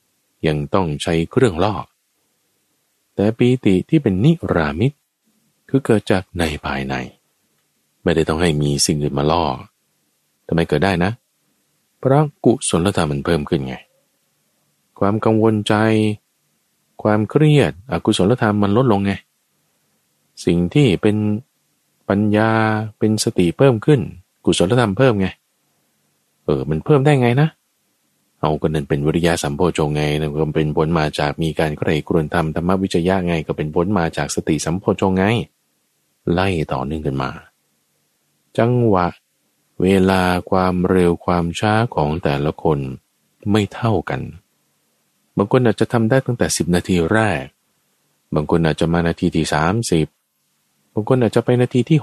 ยังต้องใช้เครื่องล่อแต่ปีติที่เป็นนิรามิตคือเกิดจากในภายในไม่ได้ต้องให้มีสิ่งอื่นมาล่อทำไมเกิดได้นะเพราะกุศลธรรมมันเพิ่มขึ้นไงความกังวลใจความเครียดอกุศลธรรมมันลดลงไงสิ่งที่เป็นปัญญาเป็นสติเพิ่มขึ้นกุศลธรรมเพิ่มไงมันเพิ่มได้ไงนะเอาก็นั่นเป็นวิริยะสัมโพชฌงค์ไงนั่นก็เป็นผลมาจากมีการใคร่ครวญธรรมธรรมวิจยะไงก็เป็นผลมาจากสติสัมโพชฌงค์ไงไล่ต่อเนื่องกันมาจังหวะเวลาความเร็วความช้าของแต่ละคนไม่เท่ากันบางคนอาจจะทำได้ตั้งแต่10 นาทีแรกบางคนอาจจะมานาทีที่30บางคนอาจจะไปนาทีที่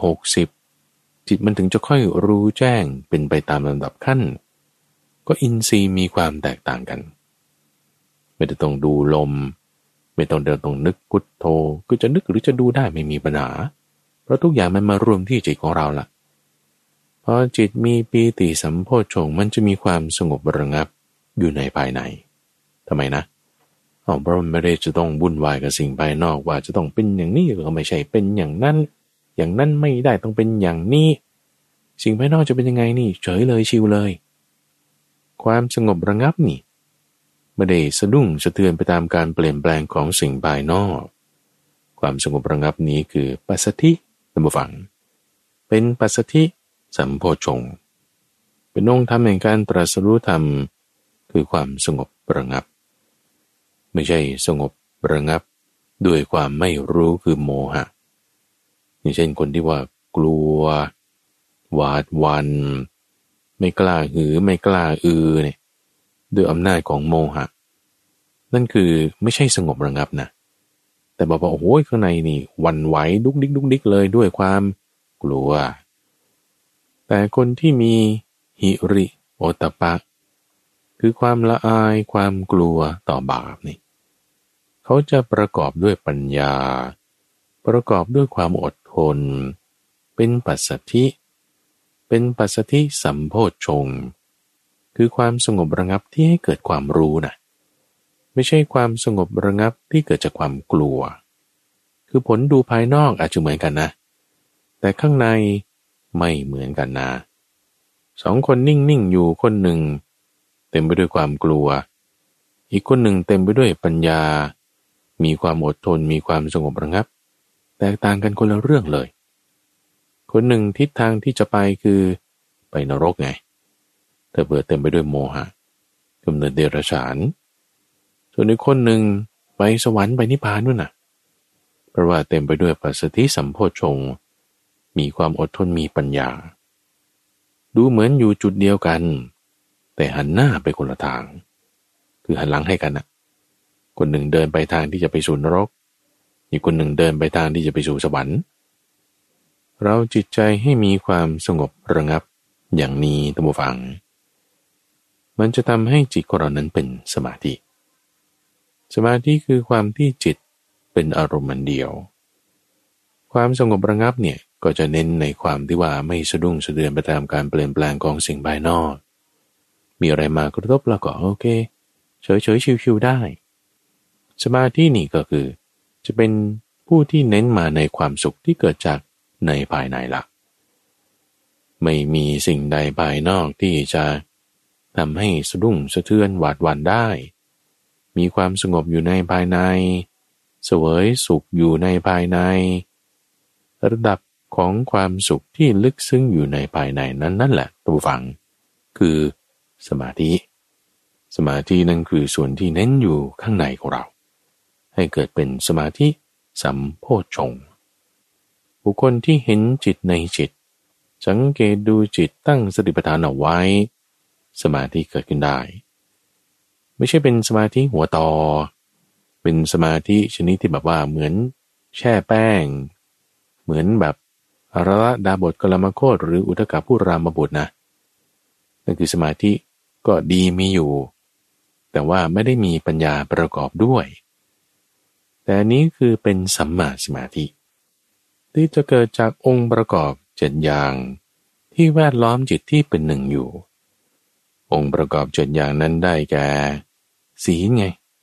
60จิตมันถึงจะค่อยรู้แจ้งเป็นไปตามลำดับขั้นก็อินทรีย์มีความแตกต่างกันไม่ได้ต้องดูลมไม่ต้องเดินต้องนึกพุทโธคือจะนึกหรือจะดูได้ไม่มีปัญหาเพราะทุกอย่างมันมารวมที่จิตของเราล่ะพอจิตมีปีติสัมโพชฌงค์มันจะมีความสงบระงับอยู่ในภายในทำไมนะเพราะมันไม่ได้จะต้องวุ่นวายกับสิ่งภายนอกว่าจะต้องเป็นอย่างนี้ก็ไม่ใช่เป็นอย่างนั้นอย่างนั้นไม่ได้ต้องเป็นอย่างนี้สิ่งภายนอกจะเป็นยังไงนี่เฉยเลยชิวเลยความสงบระงับนี่ไม่ได้สะดุ้งสะเทือนไปตามการเปลี่ยนแปลงของสิ่งภายนอกความสงบระงับนี้คือปัสสัทธิท่านผู้ฟังเป็นปัสสัทธิสัมโพชฌงค์เป็นองค์ธรรมแห่งการตรัสรู้ธรรมคือความสงบระงับไม่ใช่สงบระงับด้วยความไม่รู้คือโมหะอย่างเช่นคนที่ว่ากลัวหวาดหวั่นไม่กล้าหือไม่กล้าเนี่ยด้วยอำนาจของโมหะนั่นคือไม่ใช่สงบระงับนะแต่บอกว่าโอ้โหข้างในนี่หวั่นไหวดุกดิกดุกดิกเลยด้วยความกลัวแต่คนที่มีหิริโอตตัปปะคือความละอายความกลัวต่อบาปนี่เขาจะประกอบด้วยปัญญาประกอบด้วยความอดทนเป็นปัสสัทธิเป็นปัสสัทธิสัมโพชฌงค์คือความสงบระงับที่ให้เกิดความรู้นะไม่ใช่ความสงบระงับที่เกิดจากความกลัวคือผลดูภายนอกอาจจะเหมือนกันนะแต่ข้างในไม่เหมือนกันนะสองคนนิ่งๆอยู่คนหนึ่งเต็มไปด้วยความกลัวอีกคนหนึ่งเต็มไปด้วยปัญญามีความอดทนมีความสงบระงับแตกต่างกันคนละเรื่องเลยคนหนึ่งทิศทางที่จะไปคือไปนรกไงแต่เบื่อเต็มไปด้วยโมหะกำเนิดเดรัจฉานส่วนอีกคนหนึ่งไปสวรรค์ไปนิพพานนู่นน่ะเพราะว่าเต็มไปด้วยปัสสัทธิสัมโพชฌงค์มีความอดทนมีปัญญาดูเหมือนอยู่จุดเดียวกันแต่หันหน้าไปคนละทางคือหันหลังให้กันนะคนหนึ่งเดินไปทางที่จะไปสู่นรกอีกคนหนึ่งเดินไปทางที่จะไปสู่สวรรค์เราจิตใจให้มีความสงบระงับอย่างนี้ท่านผู้ฟังมันจะทำให้จิตของเรานั้นเป็นสมาธิสมาธิคือความที่จิตเป็นอารมณ์เดียวความสงบระงับเนี่ยก็จะเน้นในความที่ว่าไม่สะดุ้งสะเทือนไปตามการเปลี่ยนแปลงของสิ่งภายนอกมีอะไรมากระทบแล้วก็โอเคเฉยๆชิวๆได้สมาธินี่ก็คือจะเป็นผู้ที่เน้นมาในความสุขที่เกิดจากในภายในละไม่มีสิ่งใดภายนอกที่จะทำให้สะดุ้งสะเทือนหวาดหวั่นได้มีความสงบอยู่ในภายในเสวยสุขอยู่ในภายในระดับของความสุขที่ลึกซึ้งอยู่ในภายในนั้นนั่นแหละตัวฟังคือสมาธิสมาธินั่นคือส่วนที่เน้นอยู่ข้างในของเราให้เกิดเป็นสมาธิสัมโพชฌงค์บุคคลที่เห็นจิตในจิตสังเกตดูจิตตั้งสติปัฏฐานเอาไว้สมาธิเกิดขึ้นได้ไม่ใช่เป็นสมาธิหัวต่อเป็นสมาธิชนิดที่แบบว่าเหมือนแช่แป้งเหมือนแบบอรดาบทกลมโคตหรืออุทกพูรามบุตรนะนั่นคือสมาธิก็ดีมีอยู่แต่ว่าไม่ได้มีปัญญาประกอบด้วยแต่นี้คือเป็นสัมมาสมาธิที่จะเกิดจากองค์ประกอบ7อย่างที่แวดล้อมจิตที่เป็นหนึ่งอยู่องค์ประกอบ7อย่างนั้นได้แก่ศีลไง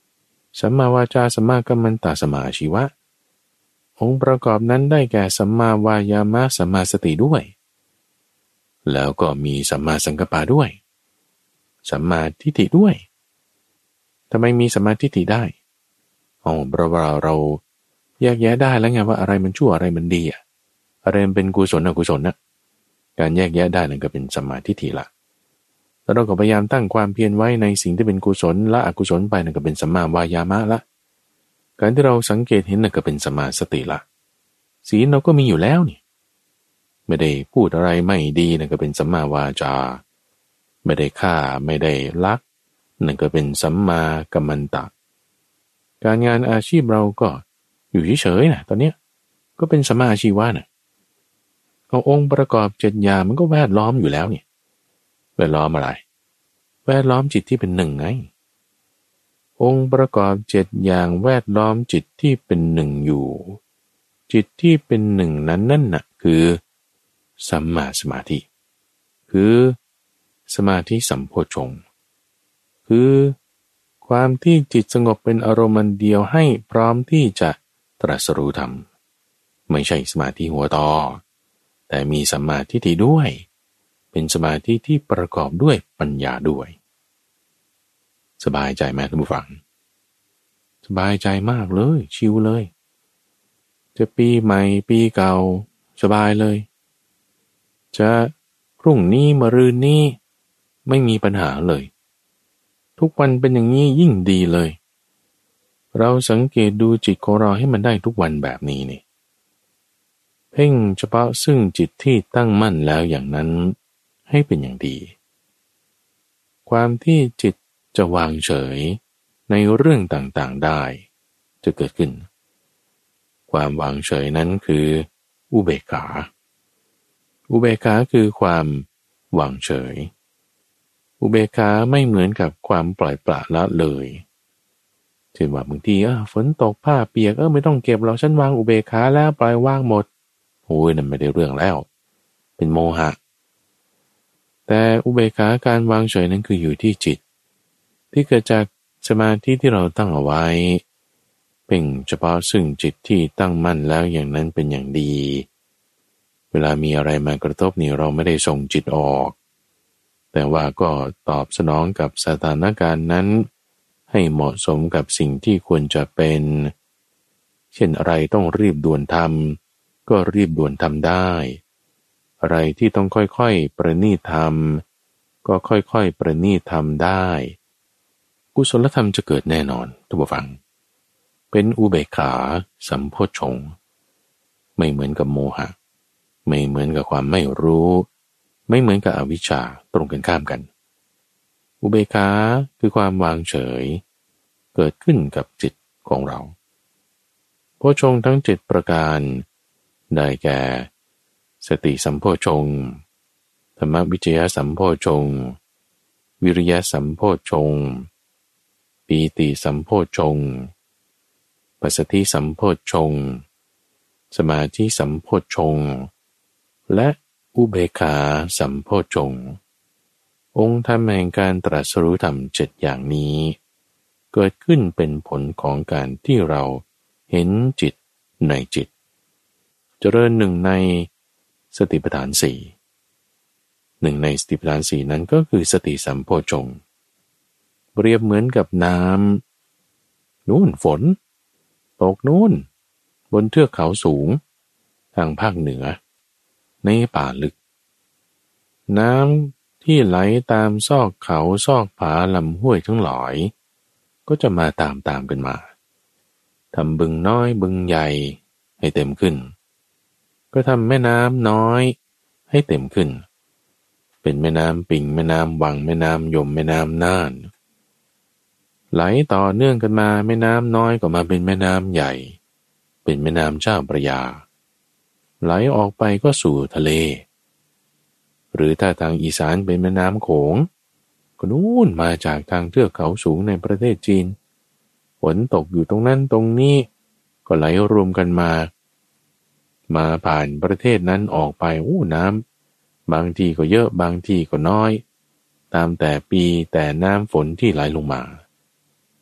สัมมาวาจาสัมมากัมมันตสัมมาอาชีวะองค์ประกอบนั้นได้แก่สัมมาวายามะสัมมาสติด้วยแล้วก็มีสัมมาสังกัปปะด้วยสัมมาทิฏฐิด้วยทำไมมีสัมมาทิฏฐิได้เพราะว่าเราแยกแยะได้แล้วไงว่าอะไรมันชั่วอะไรมันดีอะไรมันเป็นกุศลอกุศลนะการแยกแยะได้นั่นก็เป็นสัมมาทิฏฐิละแล้วเราก็พยายามตั้งความเพียรไว้ในสิ่งที่เป็นกุศลละอกุศลไปนั่นก็เป็นสัมมาวายามะละการที่เราสังเกตเห็นนั่นก็เป็นสัมมาสติละศีลเราก็มีอยู่แล้วนี่ไม่ได้พูดอะไรไม่ดีนั่นก็เป็นสัมมาวาจาไม่ได้ฆ่าไม่ได้ลักนั่นก็เป็นสัมมากัมมันตะการงานอาชีพเราก็อยู่เฉยๆนะตอนเนี้ยก็เป็นสัมมาอาชีวะนะเอาองค์ประกอบ7อย่างมันก็แวดล้อมอยู่แล้วนี่แวดล้อมอะไรแวดล้อมจิตที่เป็นหนึ่งไงองค์ประกอบ7อย่างแวดล้อมจิตที่เป็นหนึ่งอยู่จิตที่เป็นหนึ่งนั้นนั่นน่ะคือสัมมาสมาธิคือสมาธิสัมโพชฌงค์คือความที่จิตสงบเป็นอารมณ์เดียวให้พร้อมที่จะตรัสรู้ธรรมไม่ใช่สมาธิหัวต่อแต่มีสัมมาทิฏฐิด้วยเป็นสมาธิที่ประกอบด้วยปัญญาด้วยสบายใจไหมท่านผู้ฟังสบายใจมากเลยชิลเลยจะปีใหม่ปีเก่าสบายเลยจะพรุ่งนี้มะรืนนี้ไม่มีปัญหาเลยทุกวันเป็นอย่างนี้ยิ่งดีเลยเราสังเกตดูจิตของเราให้มันได้ทุกวันแบบนี้นี่เพ่งเฉพาะซึ่งจิตที่ตั้งมั่นแล้วอย่างนั้นให้เป็นอย่างดีความที่จิตจะวางเฉยในเรื่องต่างๆได้จะเกิดขึ้นความวางเฉยนั้นคืออุเบกขาอุเบกขาคือความวางเฉยอุเบกขาไม่เหมือนกับความปล่อยปละละเลยเช่นว่าบางทีฝนตกผ้าเปียกไม่ต้องเก็บเราฉันวางอุเบกขาแล้วปล่อยว่างหมดโอ้ยนั่นไม่ได้เรื่องแล้วเป็นโมหะแต่อุเบกขาการวางเฉยนั้นคืออยู่ที่จิตที่เกิดจากสมาธิที่เราตั้งเอาไว้เป็นเฉพาะซึ่งจิตที่ตั้งมั่นแล้วอย่างนั้นเป็นอย่างดีเวลามีอะไรมากระทบนี่เราไม่ได้ส่งจิตออกแต่ว่าก็ตอบสนองกับสถานการณ์นั้นให้เหมาะสมกับสิ่งที่ควรจะเป็นเช่นอะไรต้องรีบด่วนทำก็รีบด่วนทำได้อะไรที่ต้องค่อยๆประณีตทำก็ค่อยๆประณีตทำได้กุศลธรรมจะเกิดแน่นอนทุกผู้ฟังเป็นอุเบกขาสัมโพชฌงค์ไม่เหมือนกับโมหะไม่เหมือนกับความไม่รู้ไม่เหมือนกับอวิชชาตรงกันข้ามกันอุเบกขาคือความวางเฉยเกิดขึ้นกับจิตของเราโพชฌงค์ทั้ง7ประการได้แก่สติสัมโพชฌงค์ธรรมวิจยสัมโพชฌงค์วิริยสัมโพชฌงค์ปีติสัมโพชฌงค์ปัสสัทธิสัมโพชฌงค์สมาธิสัมโพชฌงค์และอุเบกขาสัมโพชฌงค์องค์ธรรมแห่งการตรัสรู้ธรรม7อย่างนี้เกิดขึ้นเป็นผลของการที่เราเห็นจิตในจิตเจริญหนึ่งในสติปัฏฐาน4หนึ่งในสติปัฏฐาน4นั้นก็คือสติสัมโพชฌงค์เปรียบเหมือนกับน้ำนู่นฝนตกนู่นบนเทือกเขาสูงทางภาคเหนือในป่าลึกน้ำที่ไหลตามซอกเขาซอกผาลำห้วยทั้งหลายก็จะมาตามกันมาทำบึงน้อยบึงใหญ่ให้เต็มขึ้นก็ทำแม่น้ำน้อยให้เต็มขึ้นเป็นแม่น้ำปิ่งแม่น้ำวังแม่น้ำยมแม่น้ำน่านไหลต่อเนื่องกันมาแม่น้ำน้อยก็มาเป็นแม่น้ำใหญ่เป็นแม่น้ำเจ้าพระยาไหลออกไปก็สู่ทะเลหรือถ้าทางอีสานเป็นแม่น้ำโขงก็นู่นมาจากทางเทือกเขาสูงในประเทศจีนฝนตกอยู่ตรงนั้นตรงนี้ก็ไหลรวมกันมาผ่านประเทศนั้นออกไปน้ำบางทีก็เยอะบางทีก็น้อยตามแต่ปีแต่น้ำฝนที่ไหลลงมา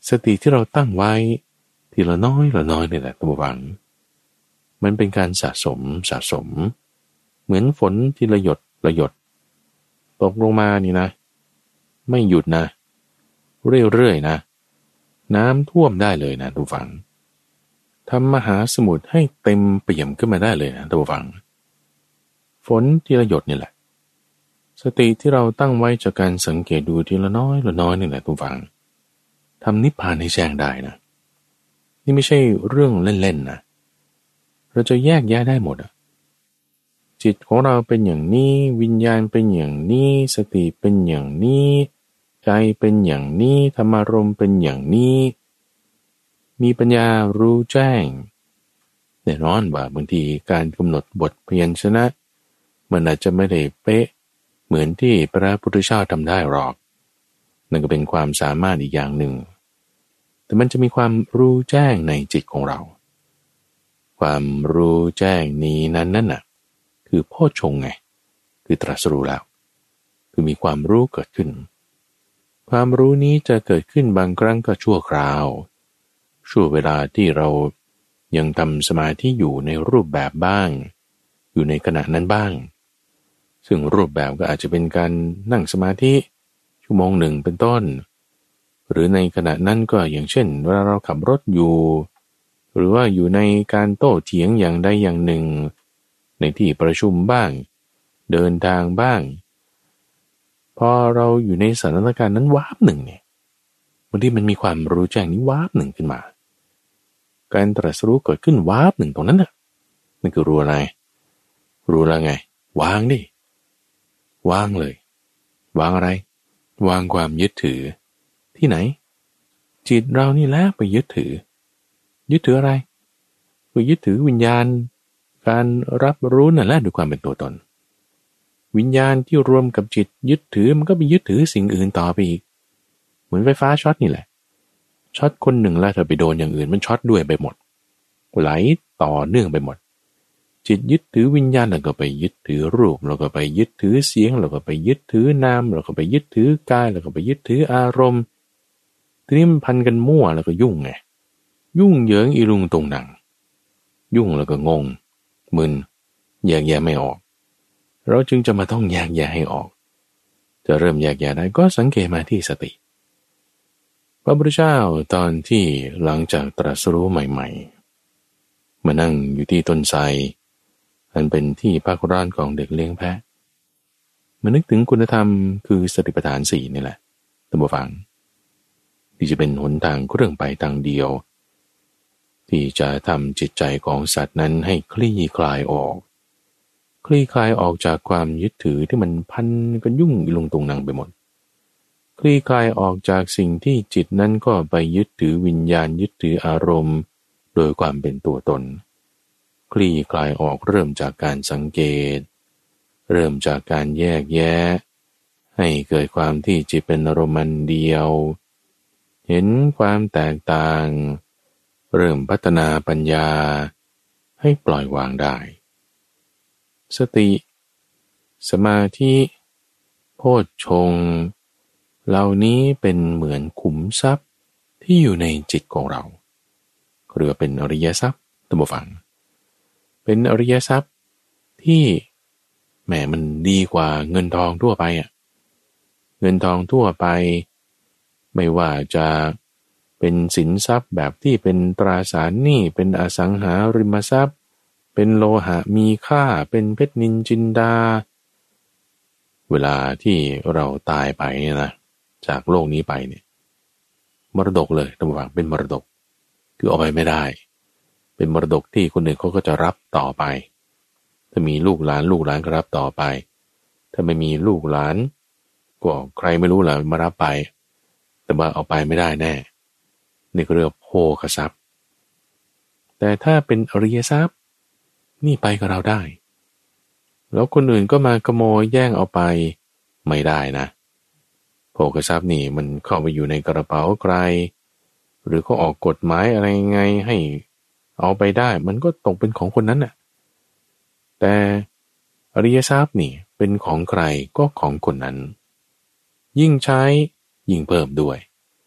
สติที่เราตั้งไว้ทีละน้อยละน้อยนี่แหละตัวหวังมันเป็นการสะสมเหมือนฝนทีละหยดละหยดตกลงมานี่นะไม่หยุดนะเรื่อยๆนะน้ำท่วมได้เลยนะทุกฝังทำมหาสมุทรให้เต็มเปี่ยมขึ้นมาได้เลยนะทุกฝังฝนทีละหยดนี่แหละสติที่เราตั้งไว้จากการสังเกตดูทีละน้อยละน้อยนี่แหละทุกฝังทำนิพพานให้แจ้งได้นะนี่ไม่ใช่เรื่องเล่นๆนะเราจะแยกแยะได้หมดอ่ะจิตของเราเป็นอย่างนี้วิญญาณเป็นอย่างนี้สติเป็นอย่างนี้ใจเป็นอย่างนี้ธรรมารมณ์เป็นอย่างนี้มีปัญญารู้แจ้งแน่นอนว่าบางทีการกำหนดบทพยัญชนะมันอาจจะไม่ได้เป๊ะเหมือนที่พระพุทธเจ้าทำได้หรอกนั่นก็เป็นความสามารถอีกอย่างหนึ่งแต่มันจะมีความรู้แจ้งในจิตของเราความรู้แจ้งนี้นั่นน่ะคือโพชฌงค์ไงคือตรัสรู้แล้วคือมีความรู้เกิดขึ้นความรู้นี้จะเกิดขึ้นบางครั้งก็ชั่วคราวชั่วเวลาที่เรายังทำสมาธิอยู่ในรูปแบบบ้างอยู่ในขณะนั้นบ้างซึ่งรูปแบบก็อาจจะเป็นการนั่งสมาธิชั่วโมงหนึ่งเป็นต้นหรือในขณะนั้นก็อย่างเช่นเวลาเราขับรถอยู่หรือว่าอยู่ในการโต้เถียงอย่างใดอย่างหนึ่งในที่ประชุมบ้างเดินทางบ้างพอเราอยู่ในสถานการณ์นั้นวาบหนึ่งเนี่ยบางทีมันมีความรู้แจ้งนี้วาบหนึ่งขึ้นมาการตรัสรู้เกิดขึ้นวาบหนึ่งตรงนั้นน่ะนั่นคือรู้อะไรรู้แล้วไงวางดิวางเลยวางอะไรวางความยึดถือที่ไหนจิตเรานี่แหละไปยึดถืออะไรไปยึดถือวิญญาณการรับรู้นั่นแหละด้วยความเป็นตัวตนวิญญาณที่รวมกับจิตยึดถือมันก็ไปยึดถือสิ่งอื่นต่อไปอีกเหมือนไฟฟ้าช็อตนี่แหละช็อตคนหนึ่งแล้วเธอไปโดนอย่างอื่นมันช็อตด้วยไปหมดไหลต่อเนื่องไปหมดจิตยึดถือวิญญาณแล้วก็ไปยึดถือรูปแล้วก็ไปยึดถือเสียงแล้วก็ไปยึดถือนามแล้วก็ไปยึดถือกายแล้วก็ไปยึดถืออารมณ์ทีนี้มันพันกันมั่วแล้วก็ยุ่งไงยุ่งเหยิงอีลุงตุงหนังยุ่งแล้วก็งงมึนแยกแยะไม่ออกเราจึงจะมาต้องแยกแยะให้ออกจะเริ่มแยกแยะได้ก็สังเกตมาที่สติพระพุทธเจ้าตอนที่หลังจากตรัสรู้ใหม่ๆมานั่งอยู่ที่ต้นไทรอันเป็นที่พักร้อนของเด็กเลี้ยงแพะมานึกถึงคุณธรรมคือสติปัฏฐานสี่นี่แหละท่านผู้ฟังที่จะเป็นหนทางเครื่องไปทางเดียวที่จะทำจิตใจของสัตว์นั้นให้คลี่คลายออกจากความยึดถือที่มันพันกันยุ่งลงตรงนังไปหมดคลี่คลายออกจากสิ่งที่จิตนั้นก็ไปยึดถือวิญญาณยึดถืออารมณ์โดยความเป็นตัวตนคลี่คลายออกเริ่มจากการสังเกตเริ่มจากการแยกแยะให้เกิดความที่จิตเป็นอารมณ์อันเดียวเห็นความแตกต่างเริ่มพัฒนาปัญญาให้ปล่อยวางได้สติสมาธิโพชฌงค์เหล่านี้เป็นเหมือนขุมทรัพย์ที่อยู่ในจิตของเราเรียกว่าเป็นอริยทรัพย์ท่านผู้ฟังเป็นอริยทรัพย์ที่แหมมันดีกว่าเงินทองทั่วไปอ่ะเงินทองทั่วไปไม่ว่าจะเป็นสินทรัพย์แบบที่เป็นตราสารหนี้เป็นอสังหาริมทรัพย์เป็นโลหะมีค่าเป็นเพชรนินจินดาเวลาที่เราตายไปเนี่ยนะจากโลกนี้ไปเนี่ยมรดกเลยท่านผู้ฟังเป็นมรดกคือเอาไปไม่ได้เป็นมรดกที่คนอื่นเขาก็จะรับต่อไปถ้ามีลูกหลานก็รับต่อไปถ้าไม่มีลูกหลานก็ใครไม่รู้แหละมารับไปแต่ว่าเอาไปไม่ได้แน่นี่ก็เรียกโภคทรัพย์แต่ถ้าเป็นอริยทรัพย์นี่ไปกับเราได้แล้วคนอื่นก็มาขโมยแย่งเอาไปไม่ได้นะโภคทรัพย์นี่มันเข้าไปอยู่ในกระเป๋าใครหรือเขาออกกฎหมายอะไรไงให้เอาไปได้มันก็ตกเป็นของคนนั้นน่ะแต่อริยทรัพย์นี่เป็นของใครก็ของคนนั้นยิ่งใช้ยิ่งเพิ่มด้วย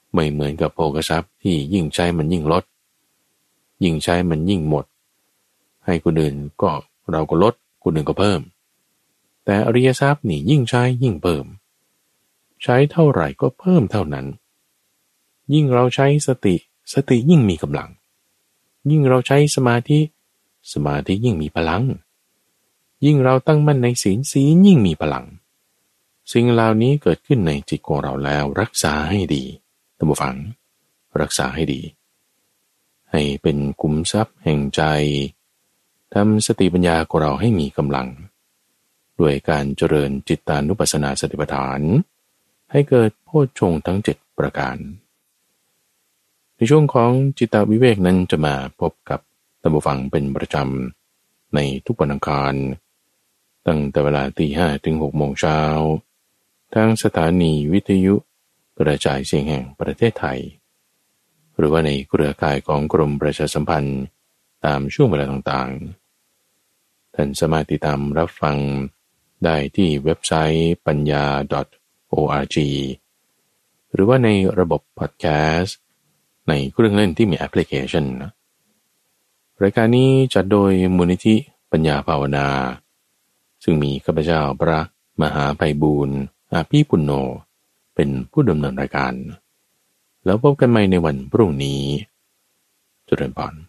ไม่เหมือนกับโภคทรัพย์ที่ยิ่งใช้มันยิ่งลดยิ่งใช้มันยิ่งหมดให้คนอื่นก็เราก็ลดคนอื่นก็เพิ่มแต่อริยทรัพย์นี่ยิ่งใช้ยิ่งเพิ่มใช้เท่าไหร่ก็เพิ่มเท่านั้นยิ่งเราใช้สติยิ่งมีกำลังยิ่งเราใช้สมาธิยิ่งมีพลังยิ่งเราตั้งมั่นในศีลยิ่งมีพลังสิ่งเหล่านี้เกิดขึ้นในจิตของเราแล้วรักษาให้ดีท่านผู้ฟังรักษาให้ดีให้เป็นขุมทรัพย์แห่งใจทำสติปัญญาของเราให้มีกำลังด้วยการเจริญจิตตานุปัสสนาสติปัฏฐานให้เกิดโพชฌงค์ทั้ง7ประการในช่วงของจิตตวิเวกนั้นจะมาพบกับท่านผู้ฟังเป็นประจำในทุกวันอังคารตั้งแต่เวลา 5:00 ถึง 6:00 น.ทางสถานีวิทยุกระจายเสียงแห่งประเทศไทยหรือว่าในเครือข่ายของกรมประชาสัมพันธ์ตามช่วงเวลาต่างๆท่านสามารถติดตามรับฟังได้ที่เว็บไซต์ปัญญา .org หรือว่าในระบบพอดแคสต์ในเครื่องเล่นที่มีแอปพลิเคชันรายการนี้จัดโดยมูลนิธิปัญญาภาวนาซึ่งมีข้าพเจ้าพระมหาไพบูลย์อาภีปุณโญเป็นผู้ดำเนินรายการแล้วพบกันใหม่ในวันพรุ่งนี้เจริญพร